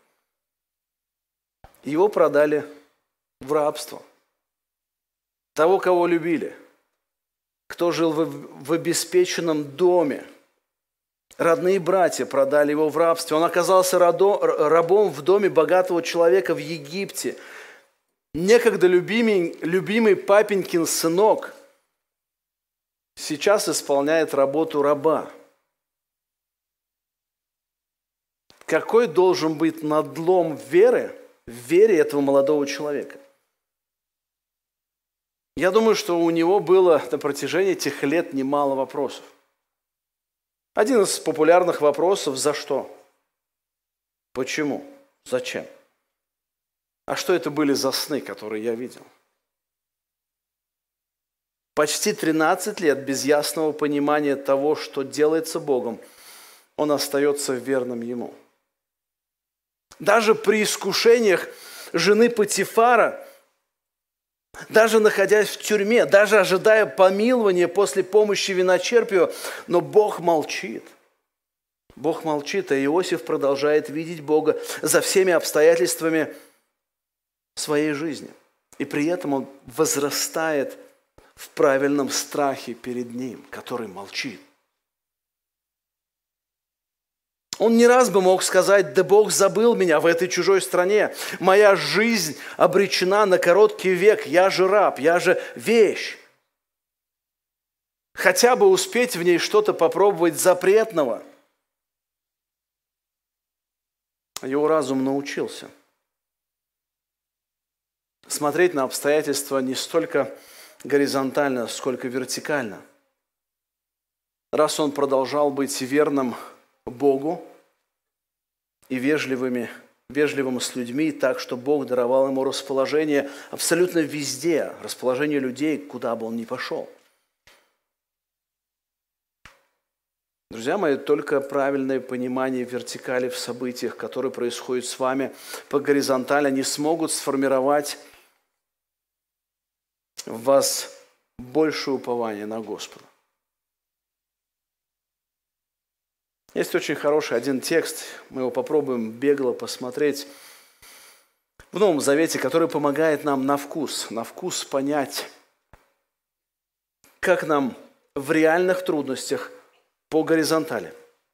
Его продали в рабство. Того, кого любили, кто жил в, в обеспеченном доме. Родные братья продали его в рабстве. Он оказался радо, рабом в доме богатого человека в Египте. Некогда любимый, любимый папенькин сынок сейчас исполняет работу раба. Какой должен быть надлом веры в вере этого молодого человека? Я думаю, что у него было на протяжении этих лет немало вопросов. Один из популярных вопросов – за что? Почему? Зачем? А что это были за сны, которые я видел? Почти тринадцать лет без ясного понимания того, что делается Богом, он остается верным Ему. Даже при искушениях жены Потифара, даже находясь в тюрьме, даже ожидая помилования после помощи виночерпию, но Бог молчит. Бог молчит, а Иосиф продолжает видеть Бога за всеми обстоятельствами своей жизни. И при этом он возрастает в правильном страхе перед Ним, который молчит. Он не раз бы мог сказать: да Бог забыл меня в этой чужой стране. Моя жизнь обречена на короткий век. Я же раб, я же вещь. Хотя бы успеть в ней что-то попробовать запретного. Его разум научился смотреть на обстоятельства не столько горизонтально, сколько вертикально. Раз он продолжал быть верным Богу и вежливыми, вежливым с людьми, так что Бог даровал ему расположение абсолютно везде, расположение людей, куда бы он ни пошел. Друзья мои, только правильное понимание вертикали в событиях, которые происходят с вами по горизонтали, они смогут сформировать в вас большее упование на Господа. Есть очень хороший один текст, мы его попробуем бегло посмотреть в Новом Завете, который помогает нам на вкус, на вкус понять, как нам в реальных трудностях по горизонтали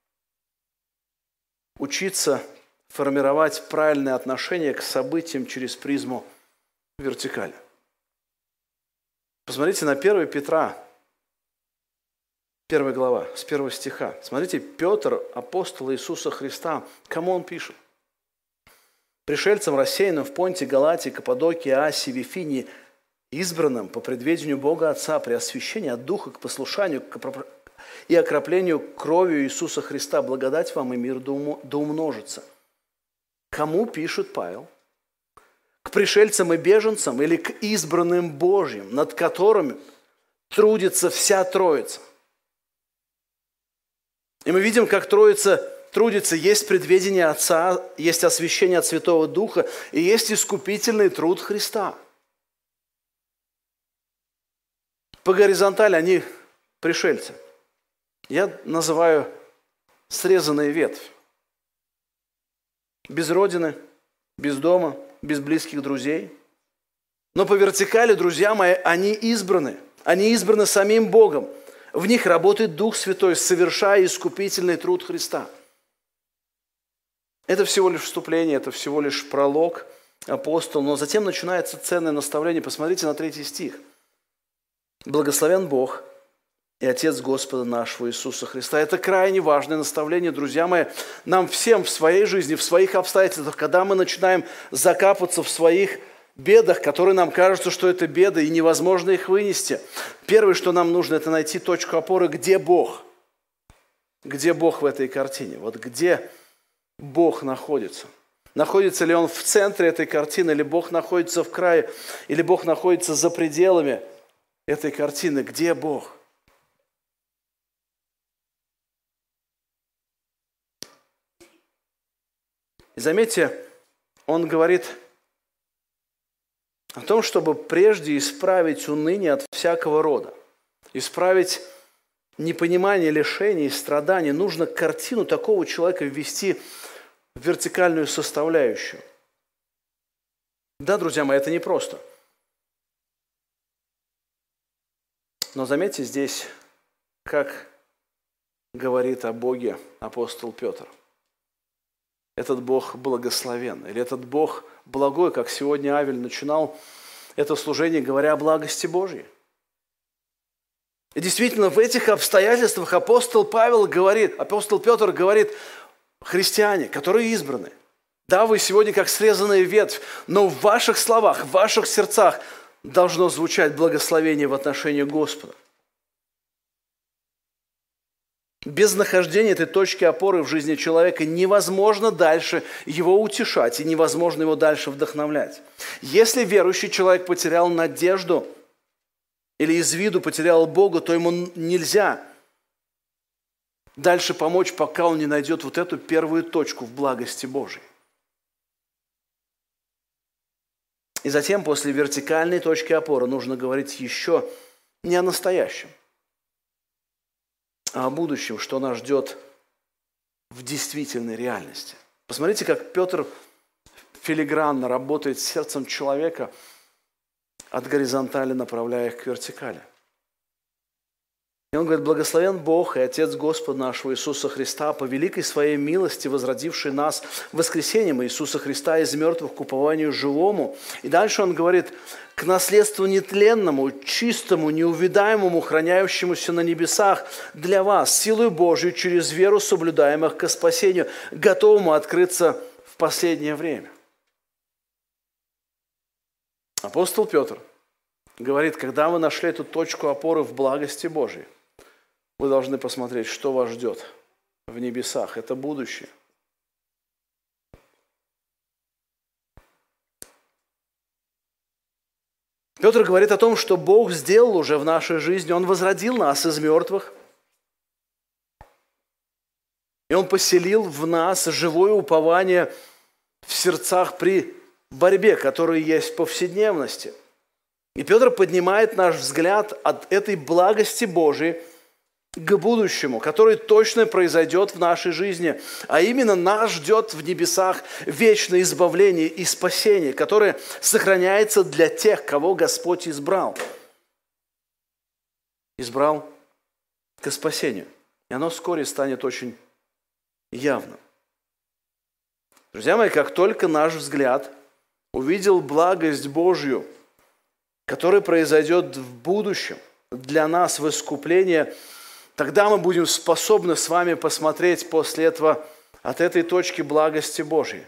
учиться формировать правильное отношение к событиям через призму вертикали. Посмотрите на первое Петра, первая глава, с первого стиха. Смотрите, Петр, апостол Иисуса Христа, кому он пишет? Пришельцам, рассеянным в Понте, Галатии, Каппадокии, Асии, Вифинии, избранным по предведению Бога Отца при освящении от Духа к послушанию и окроплению кровью Иисуса Христа, благодать вам и мир да умножится. Кому пишет Павел? К пришельцам и беженцам или к избранным Божьим, над которыми трудится вся Троица? И мы видим, как Троица трудится. Есть предведение Отца, есть освящение от Святого Духа и есть искупительный труд Христа. По горизонтали они пришельцы. Я называю срезанная ветвь. Без родины, без дома, без близких друзей. Но по вертикали, друзья мои, они избраны. Они избраны самим Богом. В них работает Дух Святой, совершая искупительный труд Христа. Это всего лишь вступление, это всего лишь пролог, апостол. Но затем начинается ценное наставление. Посмотрите на третий стих. «Благословен Бог и Отец Господа нашего Иисуса Христа». Это крайне важное наставление, друзья мои. Нам всем в своей жизни, в своих обстоятельствах, когда мы начинаем закапываться в своих бедах, которые нам кажутся, что это беды, и невозможно их вынести. Первое, что нам нужно, это найти точку опоры, где Бог. Где Бог в этой картине? Вот где Бог находится? Находится ли Он в центре этой картины, или Бог находится в крае, или Бог находится за пределами этой картины? Где Бог? И заметьте, он говорит о том, чтобы прежде исправить уныние от всякого рода, исправить непонимание, лишений, страданий, нужно картину такого человека ввести в вертикальную составляющую. Да, друзья мои, это непросто. Но заметьте здесь, как говорит о Боге апостол Петр. Этот Бог благословен, или этот Бог благой, как сегодня Авель начинал это служение, говоря о благости Божьей. И действительно, в этих обстоятельствах апостол Павел говорит, апостол Петр говорит: христиане, которые избраны, да, вы сегодня как срезанная ветвь, но в ваших словах, в ваших сердцах должно звучать благословение в отношении Господа. Без нахождения этой точки опоры в жизни человека невозможно дальше его утешать и невозможно его дальше вдохновлять. Если верующий человек потерял надежду или из виду потерял Бога, то ему нельзя дальше помочь, пока он не найдет вот эту первую точку в благости Божией. И затем, после вертикальной точки опоры, нужно говорить еще не о настоящем, а о будущем, что нас ждет в действительной реальности. Посмотрите, как Петр филигранно работает с сердцем человека, от горизонтали направляя их к вертикали. И он говорит: «Благословен Бог и Отец Господа нашего Иисуса Христа, по великой своей милости, возродивший нас воскресением Иисуса Христа из мертвых к упованию живому». И дальше он говорит: «К наследству нетленному, чистому, неувидаемому, храняющемуся на небесах для вас, силой Божией, через веру соблюдаемых ко спасению, готовому открыться в последнее время». Апостол Петр говорит: когда вы нашли эту точку опоры в благости Божией, вы должны посмотреть, что вас ждет в небесах. Это будущее. Петр говорит о том, что Бог сделал уже в нашей жизни. Он возродил нас из мертвых. И Он поселил в нас живое упование в сердцах при борьбе, которая есть в повседневности. И Петр поднимает наш взгляд от этой благости Божией к будущему, который точно произойдет в нашей жизни. А именно, нас ждет в небесах вечное избавление и спасение, которое сохраняется для тех, кого Господь избрал. Избрал к спасению. И оно вскоре станет очень явным. Друзья мои, как только наш взгляд увидел благость Божью, которая произойдет в будущем для нас в искуплении, тогда мы будем способны с вами посмотреть после этого от этой точки благости Божьей.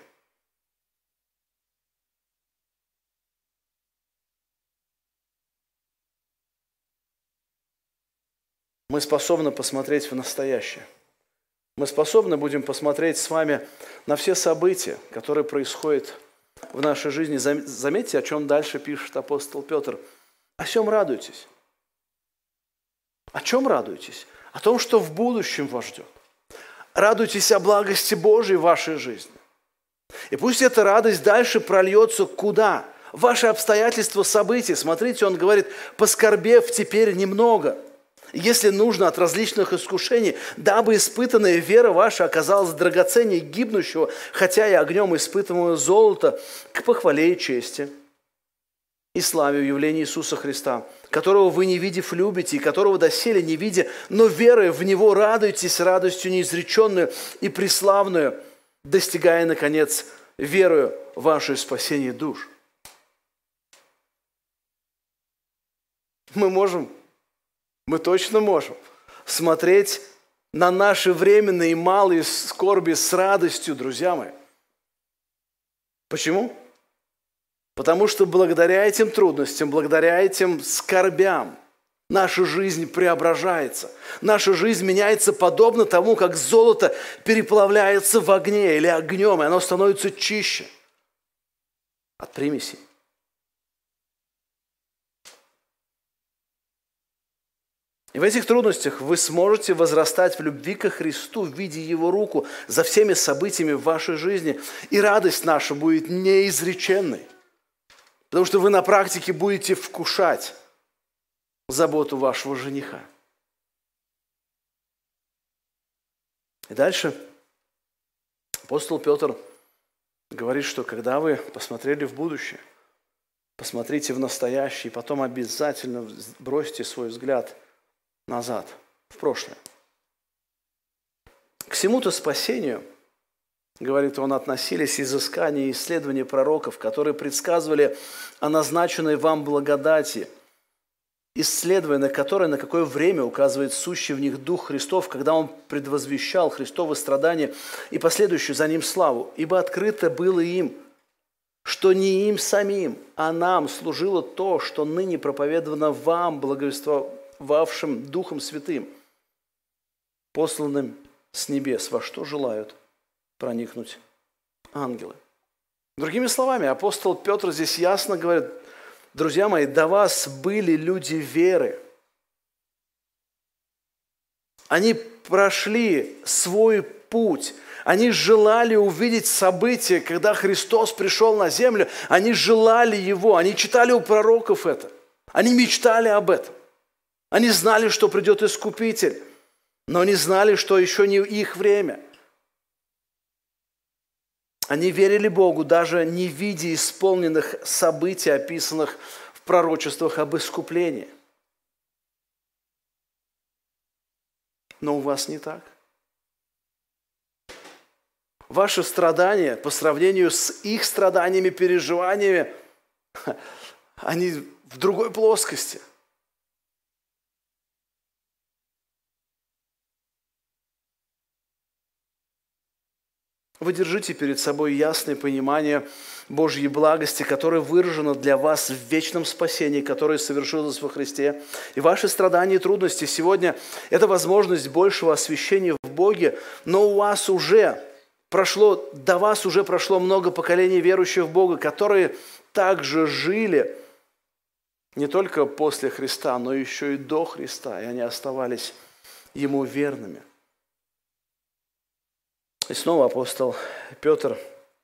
Мы способны посмотреть в настоящее. Мы способны будем посмотреть с вами на все события, которые происходят в нашей жизни. Заметьте, о чем дальше пишет апостол Петр. О чем радуйтесь? О чем радуйтесь? О том, что в будущем вас ждет. Радуйтесь о благости Божьей в вашей жизни. И пусть эта радость дальше прольется куда? В ваши обстоятельства, события. Смотрите, он говорит: поскорбев теперь немного, если нужно, от различных искушений, дабы испытанная вера ваша оказалась драгоценнее гибнущего, хотя и огнем испытываемого золота, к похвале и чести и славе в явлении Иисуса Христа, которого вы, не видев, любите, и которого доселе не видя, но веруя в Него, радуйтесь радостью неизреченную и преславную, достигая, наконец, верою ваше спасение душ. Мы можем, мы точно можем смотреть на наши временные и малые скорби с радостью, друзья мои. Почему? Потому что благодаря этим трудностям, благодаря этим скорбям, наша жизнь преображается. Наша жизнь меняется подобно тому, как золото переплавляется в огне или огнем, и оно становится чище от примесей. И в этих трудностях вы сможете возрастать в любви ко Христу, видя Его руку за всеми событиями в вашей жизни. И радость наша будет неизреченной. Потому что вы на практике будете вкушать заботу вашего жениха. И дальше апостол Петр говорит, что когда вы посмотрели в будущее, посмотрите в настоящее, и потом обязательно бросьте свой взгляд назад, в прошлое. К всему-то спасению, говорит он, относились изыскания и исследования пророков, которые предсказывали о назначенной вам благодати, исследуя на которое, на какое время указывает сущий в них Дух Христов, когда Он предвозвещал Христовы страдания и последующую за Ним славу. Ибо открыто было им, что не им самим, а нам служило то, что ныне проповедовано вам, благовествовавшим Духом Святым, посланным с небес, во что желают проникнуть ангелы. Другими словами, апостол Петр здесь ясно говорит: друзья мои, до вас были люди веры. Они прошли свой путь. Они желали увидеть события, когда Христос пришел на землю. Они желали Его, они читали у пророков это. Они мечтали об этом. Они знали, что придет Искупитель, но они знали, что еще не их время. Они верили Богу, даже не видя исполненных событий, описанных в пророчествах об искуплении. Но у вас не так. Ваши страдания по сравнению с их страданиями, переживаниями, они в другой плоскости. Вы держите перед собой ясное понимание Божьей благости, которое выражено для вас в вечном спасении, которое совершилось во Христе. И ваши страдания и трудности сегодня – это возможность большего освящения в Боге, но у вас уже прошло, до вас уже прошло много поколений верующих в Бога, которые также жили не только после Христа, но еще и до Христа, и они оставались Ему верными. И снова апостол Петр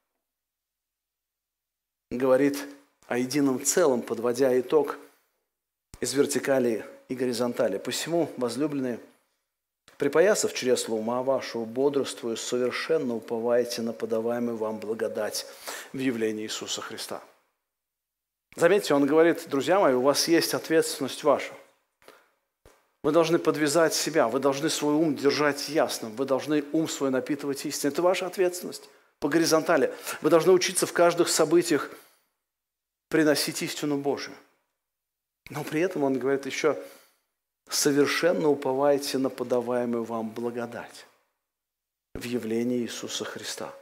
говорит о едином целом, подводя итог из вертикали и горизонтали. «Посему, возлюбленные, припоясав чресло ума вашего, бодрствуя, совершенно уповайте на подаваемую вам благодать в явлении Иисуса Христа». Заметьте, он говорит: друзья мои, у вас есть ответственность ваша. Вы должны подвязать себя, вы должны свой ум держать ясным, вы должны ум свой напитывать истиной. Это ваша ответственность по горизонтали. Вы должны учиться в каждых событиях приносить истину Божию. Но при этом он говорит еще: совершенно уповайте на подаваемую вам благодать в явлении Иисуса Христа.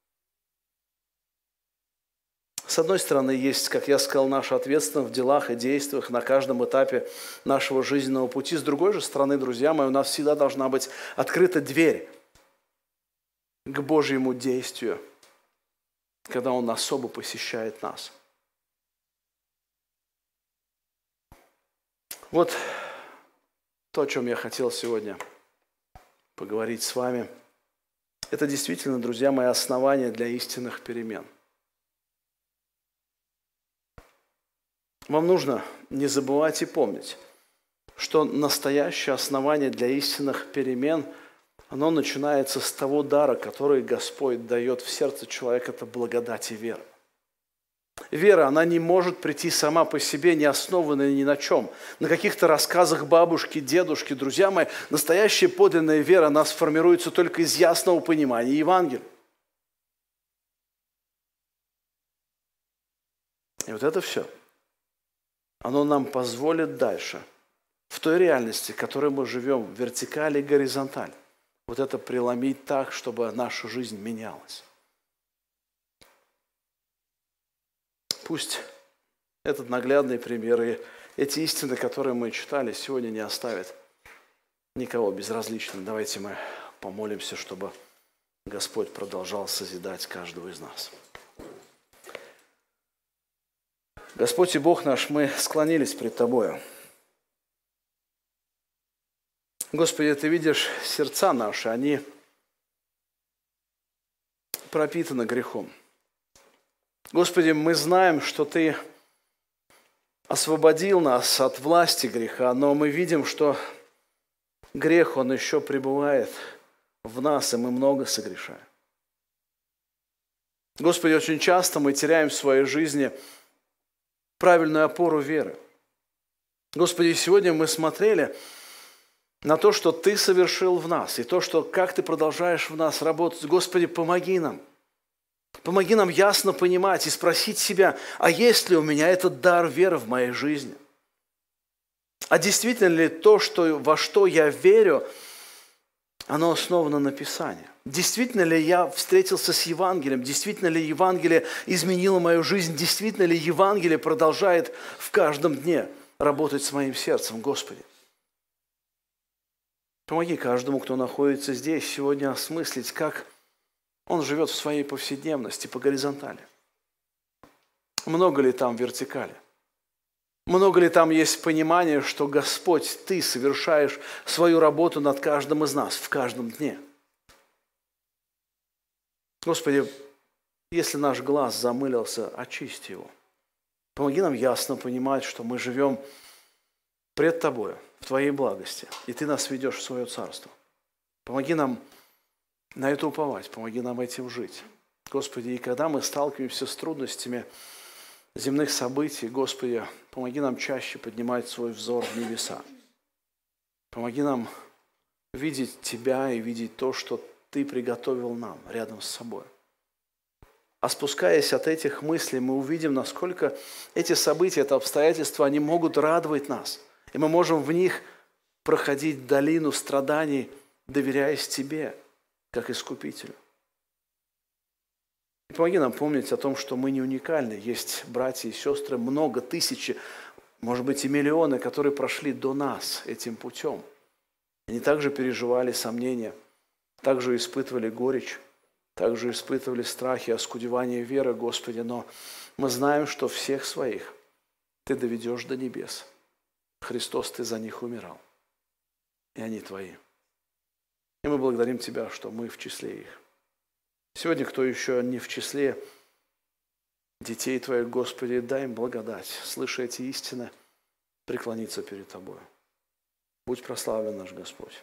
С одной стороны, есть, как я сказал, наша ответственность в делах и действиях на каждом этапе нашего жизненного пути. С другой же стороны, друзья мои, у нас всегда должна быть открыта дверь к Божьему действию, когда Он особо посещает нас. Вот то, о чем я хотел сегодня поговорить с вами. Это действительно, друзья мои, основание для истинных перемен. Вам нужно не забывать и помнить, что настоящее основание для истинных перемен, оно начинается с того дара, который Господь дает в сердце человека, это благодать и вера. Вера, она не может прийти сама по себе, не основанная ни на чем. На каких-то рассказах бабушки, дедушки, друзья мои, настоящая подлинная вера, она сформируется только из ясного понимания Евангелия. И вот это все. Оно нам позволит дальше, в той реальности, в которой мы живем, в вертикали и горизонтали, вот это преломить так, чтобы наша жизнь менялась. Пусть этот наглядный пример и эти истины, которые мы читали, сегодня не оставят никого безразличным. Давайте мы помолимся, чтобы Господь продолжал созидать каждого из нас. Господь и Бог наш, мы склонились пред Тобою. Господи, Ты видишь сердца наши, они пропитаны грехом. Господи, мы знаем, что Ты освободил нас от власти греха, но мы видим, что грех, он еще пребывает в нас, и мы много согрешаем. Господи, очень часто мы теряем в своей жизни правильную опору веры. Господи, сегодня мы смотрели на то, что Ты совершил в нас, и то, что как Ты продолжаешь в нас работать. Господи, помоги нам. Помоги нам ясно понимать и спросить себя, а есть ли у меня этот дар веры в моей жизни? А действительно ли то, что, во что я верю, оно основано на Писании? Действительно ли я встретился с Евангелием? Действительно ли Евангелие изменило мою жизнь? Действительно ли Евангелие продолжает в каждом дне работать с моим сердцем, Господи? Помоги каждому, кто находится здесь, сегодня осмыслить, как он живет в своей повседневности по горизонтали. Много ли там вертикали? Много ли там есть понимание, что Господь, Ты совершаешь свою работу над каждым из нас в каждом дне? Господи, если наш глаз замылился, очисти его. Помоги нам ясно понимать, что мы живем пред Тобою, в Твоей благости, и Ты нас ведешь в свое царство. Помоги нам на это уповать, помоги нам этим жить. Господи, и когда мы сталкиваемся с трудностями земных событий, Господи, помоги нам чаще поднимать свой взор в небеса. Помоги нам видеть Тебя и видеть то, что Ты приготовил нам рядом с собой. А спускаясь от этих мыслей, мы увидим, насколько эти события, это обстоятельства, они могут радовать нас. И мы можем в них проходить долину страданий, доверяясь Тебе, как Искупителю. И помоги нам помнить о том, что мы не уникальны. Есть братья и сестры, много, тысячи, может быть и миллионы, которые прошли до нас этим путем. Они также переживали сомнения, также испытывали горечь, также испытывали страхи, оскудевание веры, Господи, но мы знаем, что всех своих Ты доведешь до небес. Христос, Ты за них умирал, и они Твои. И мы благодарим Тебя, что мы в числе их. Сегодня, кто еще не в числе детей Твоих, Господи, дай им благодать, слыша эти истины, преклониться перед Тобой. Будь прославлен наш Господь.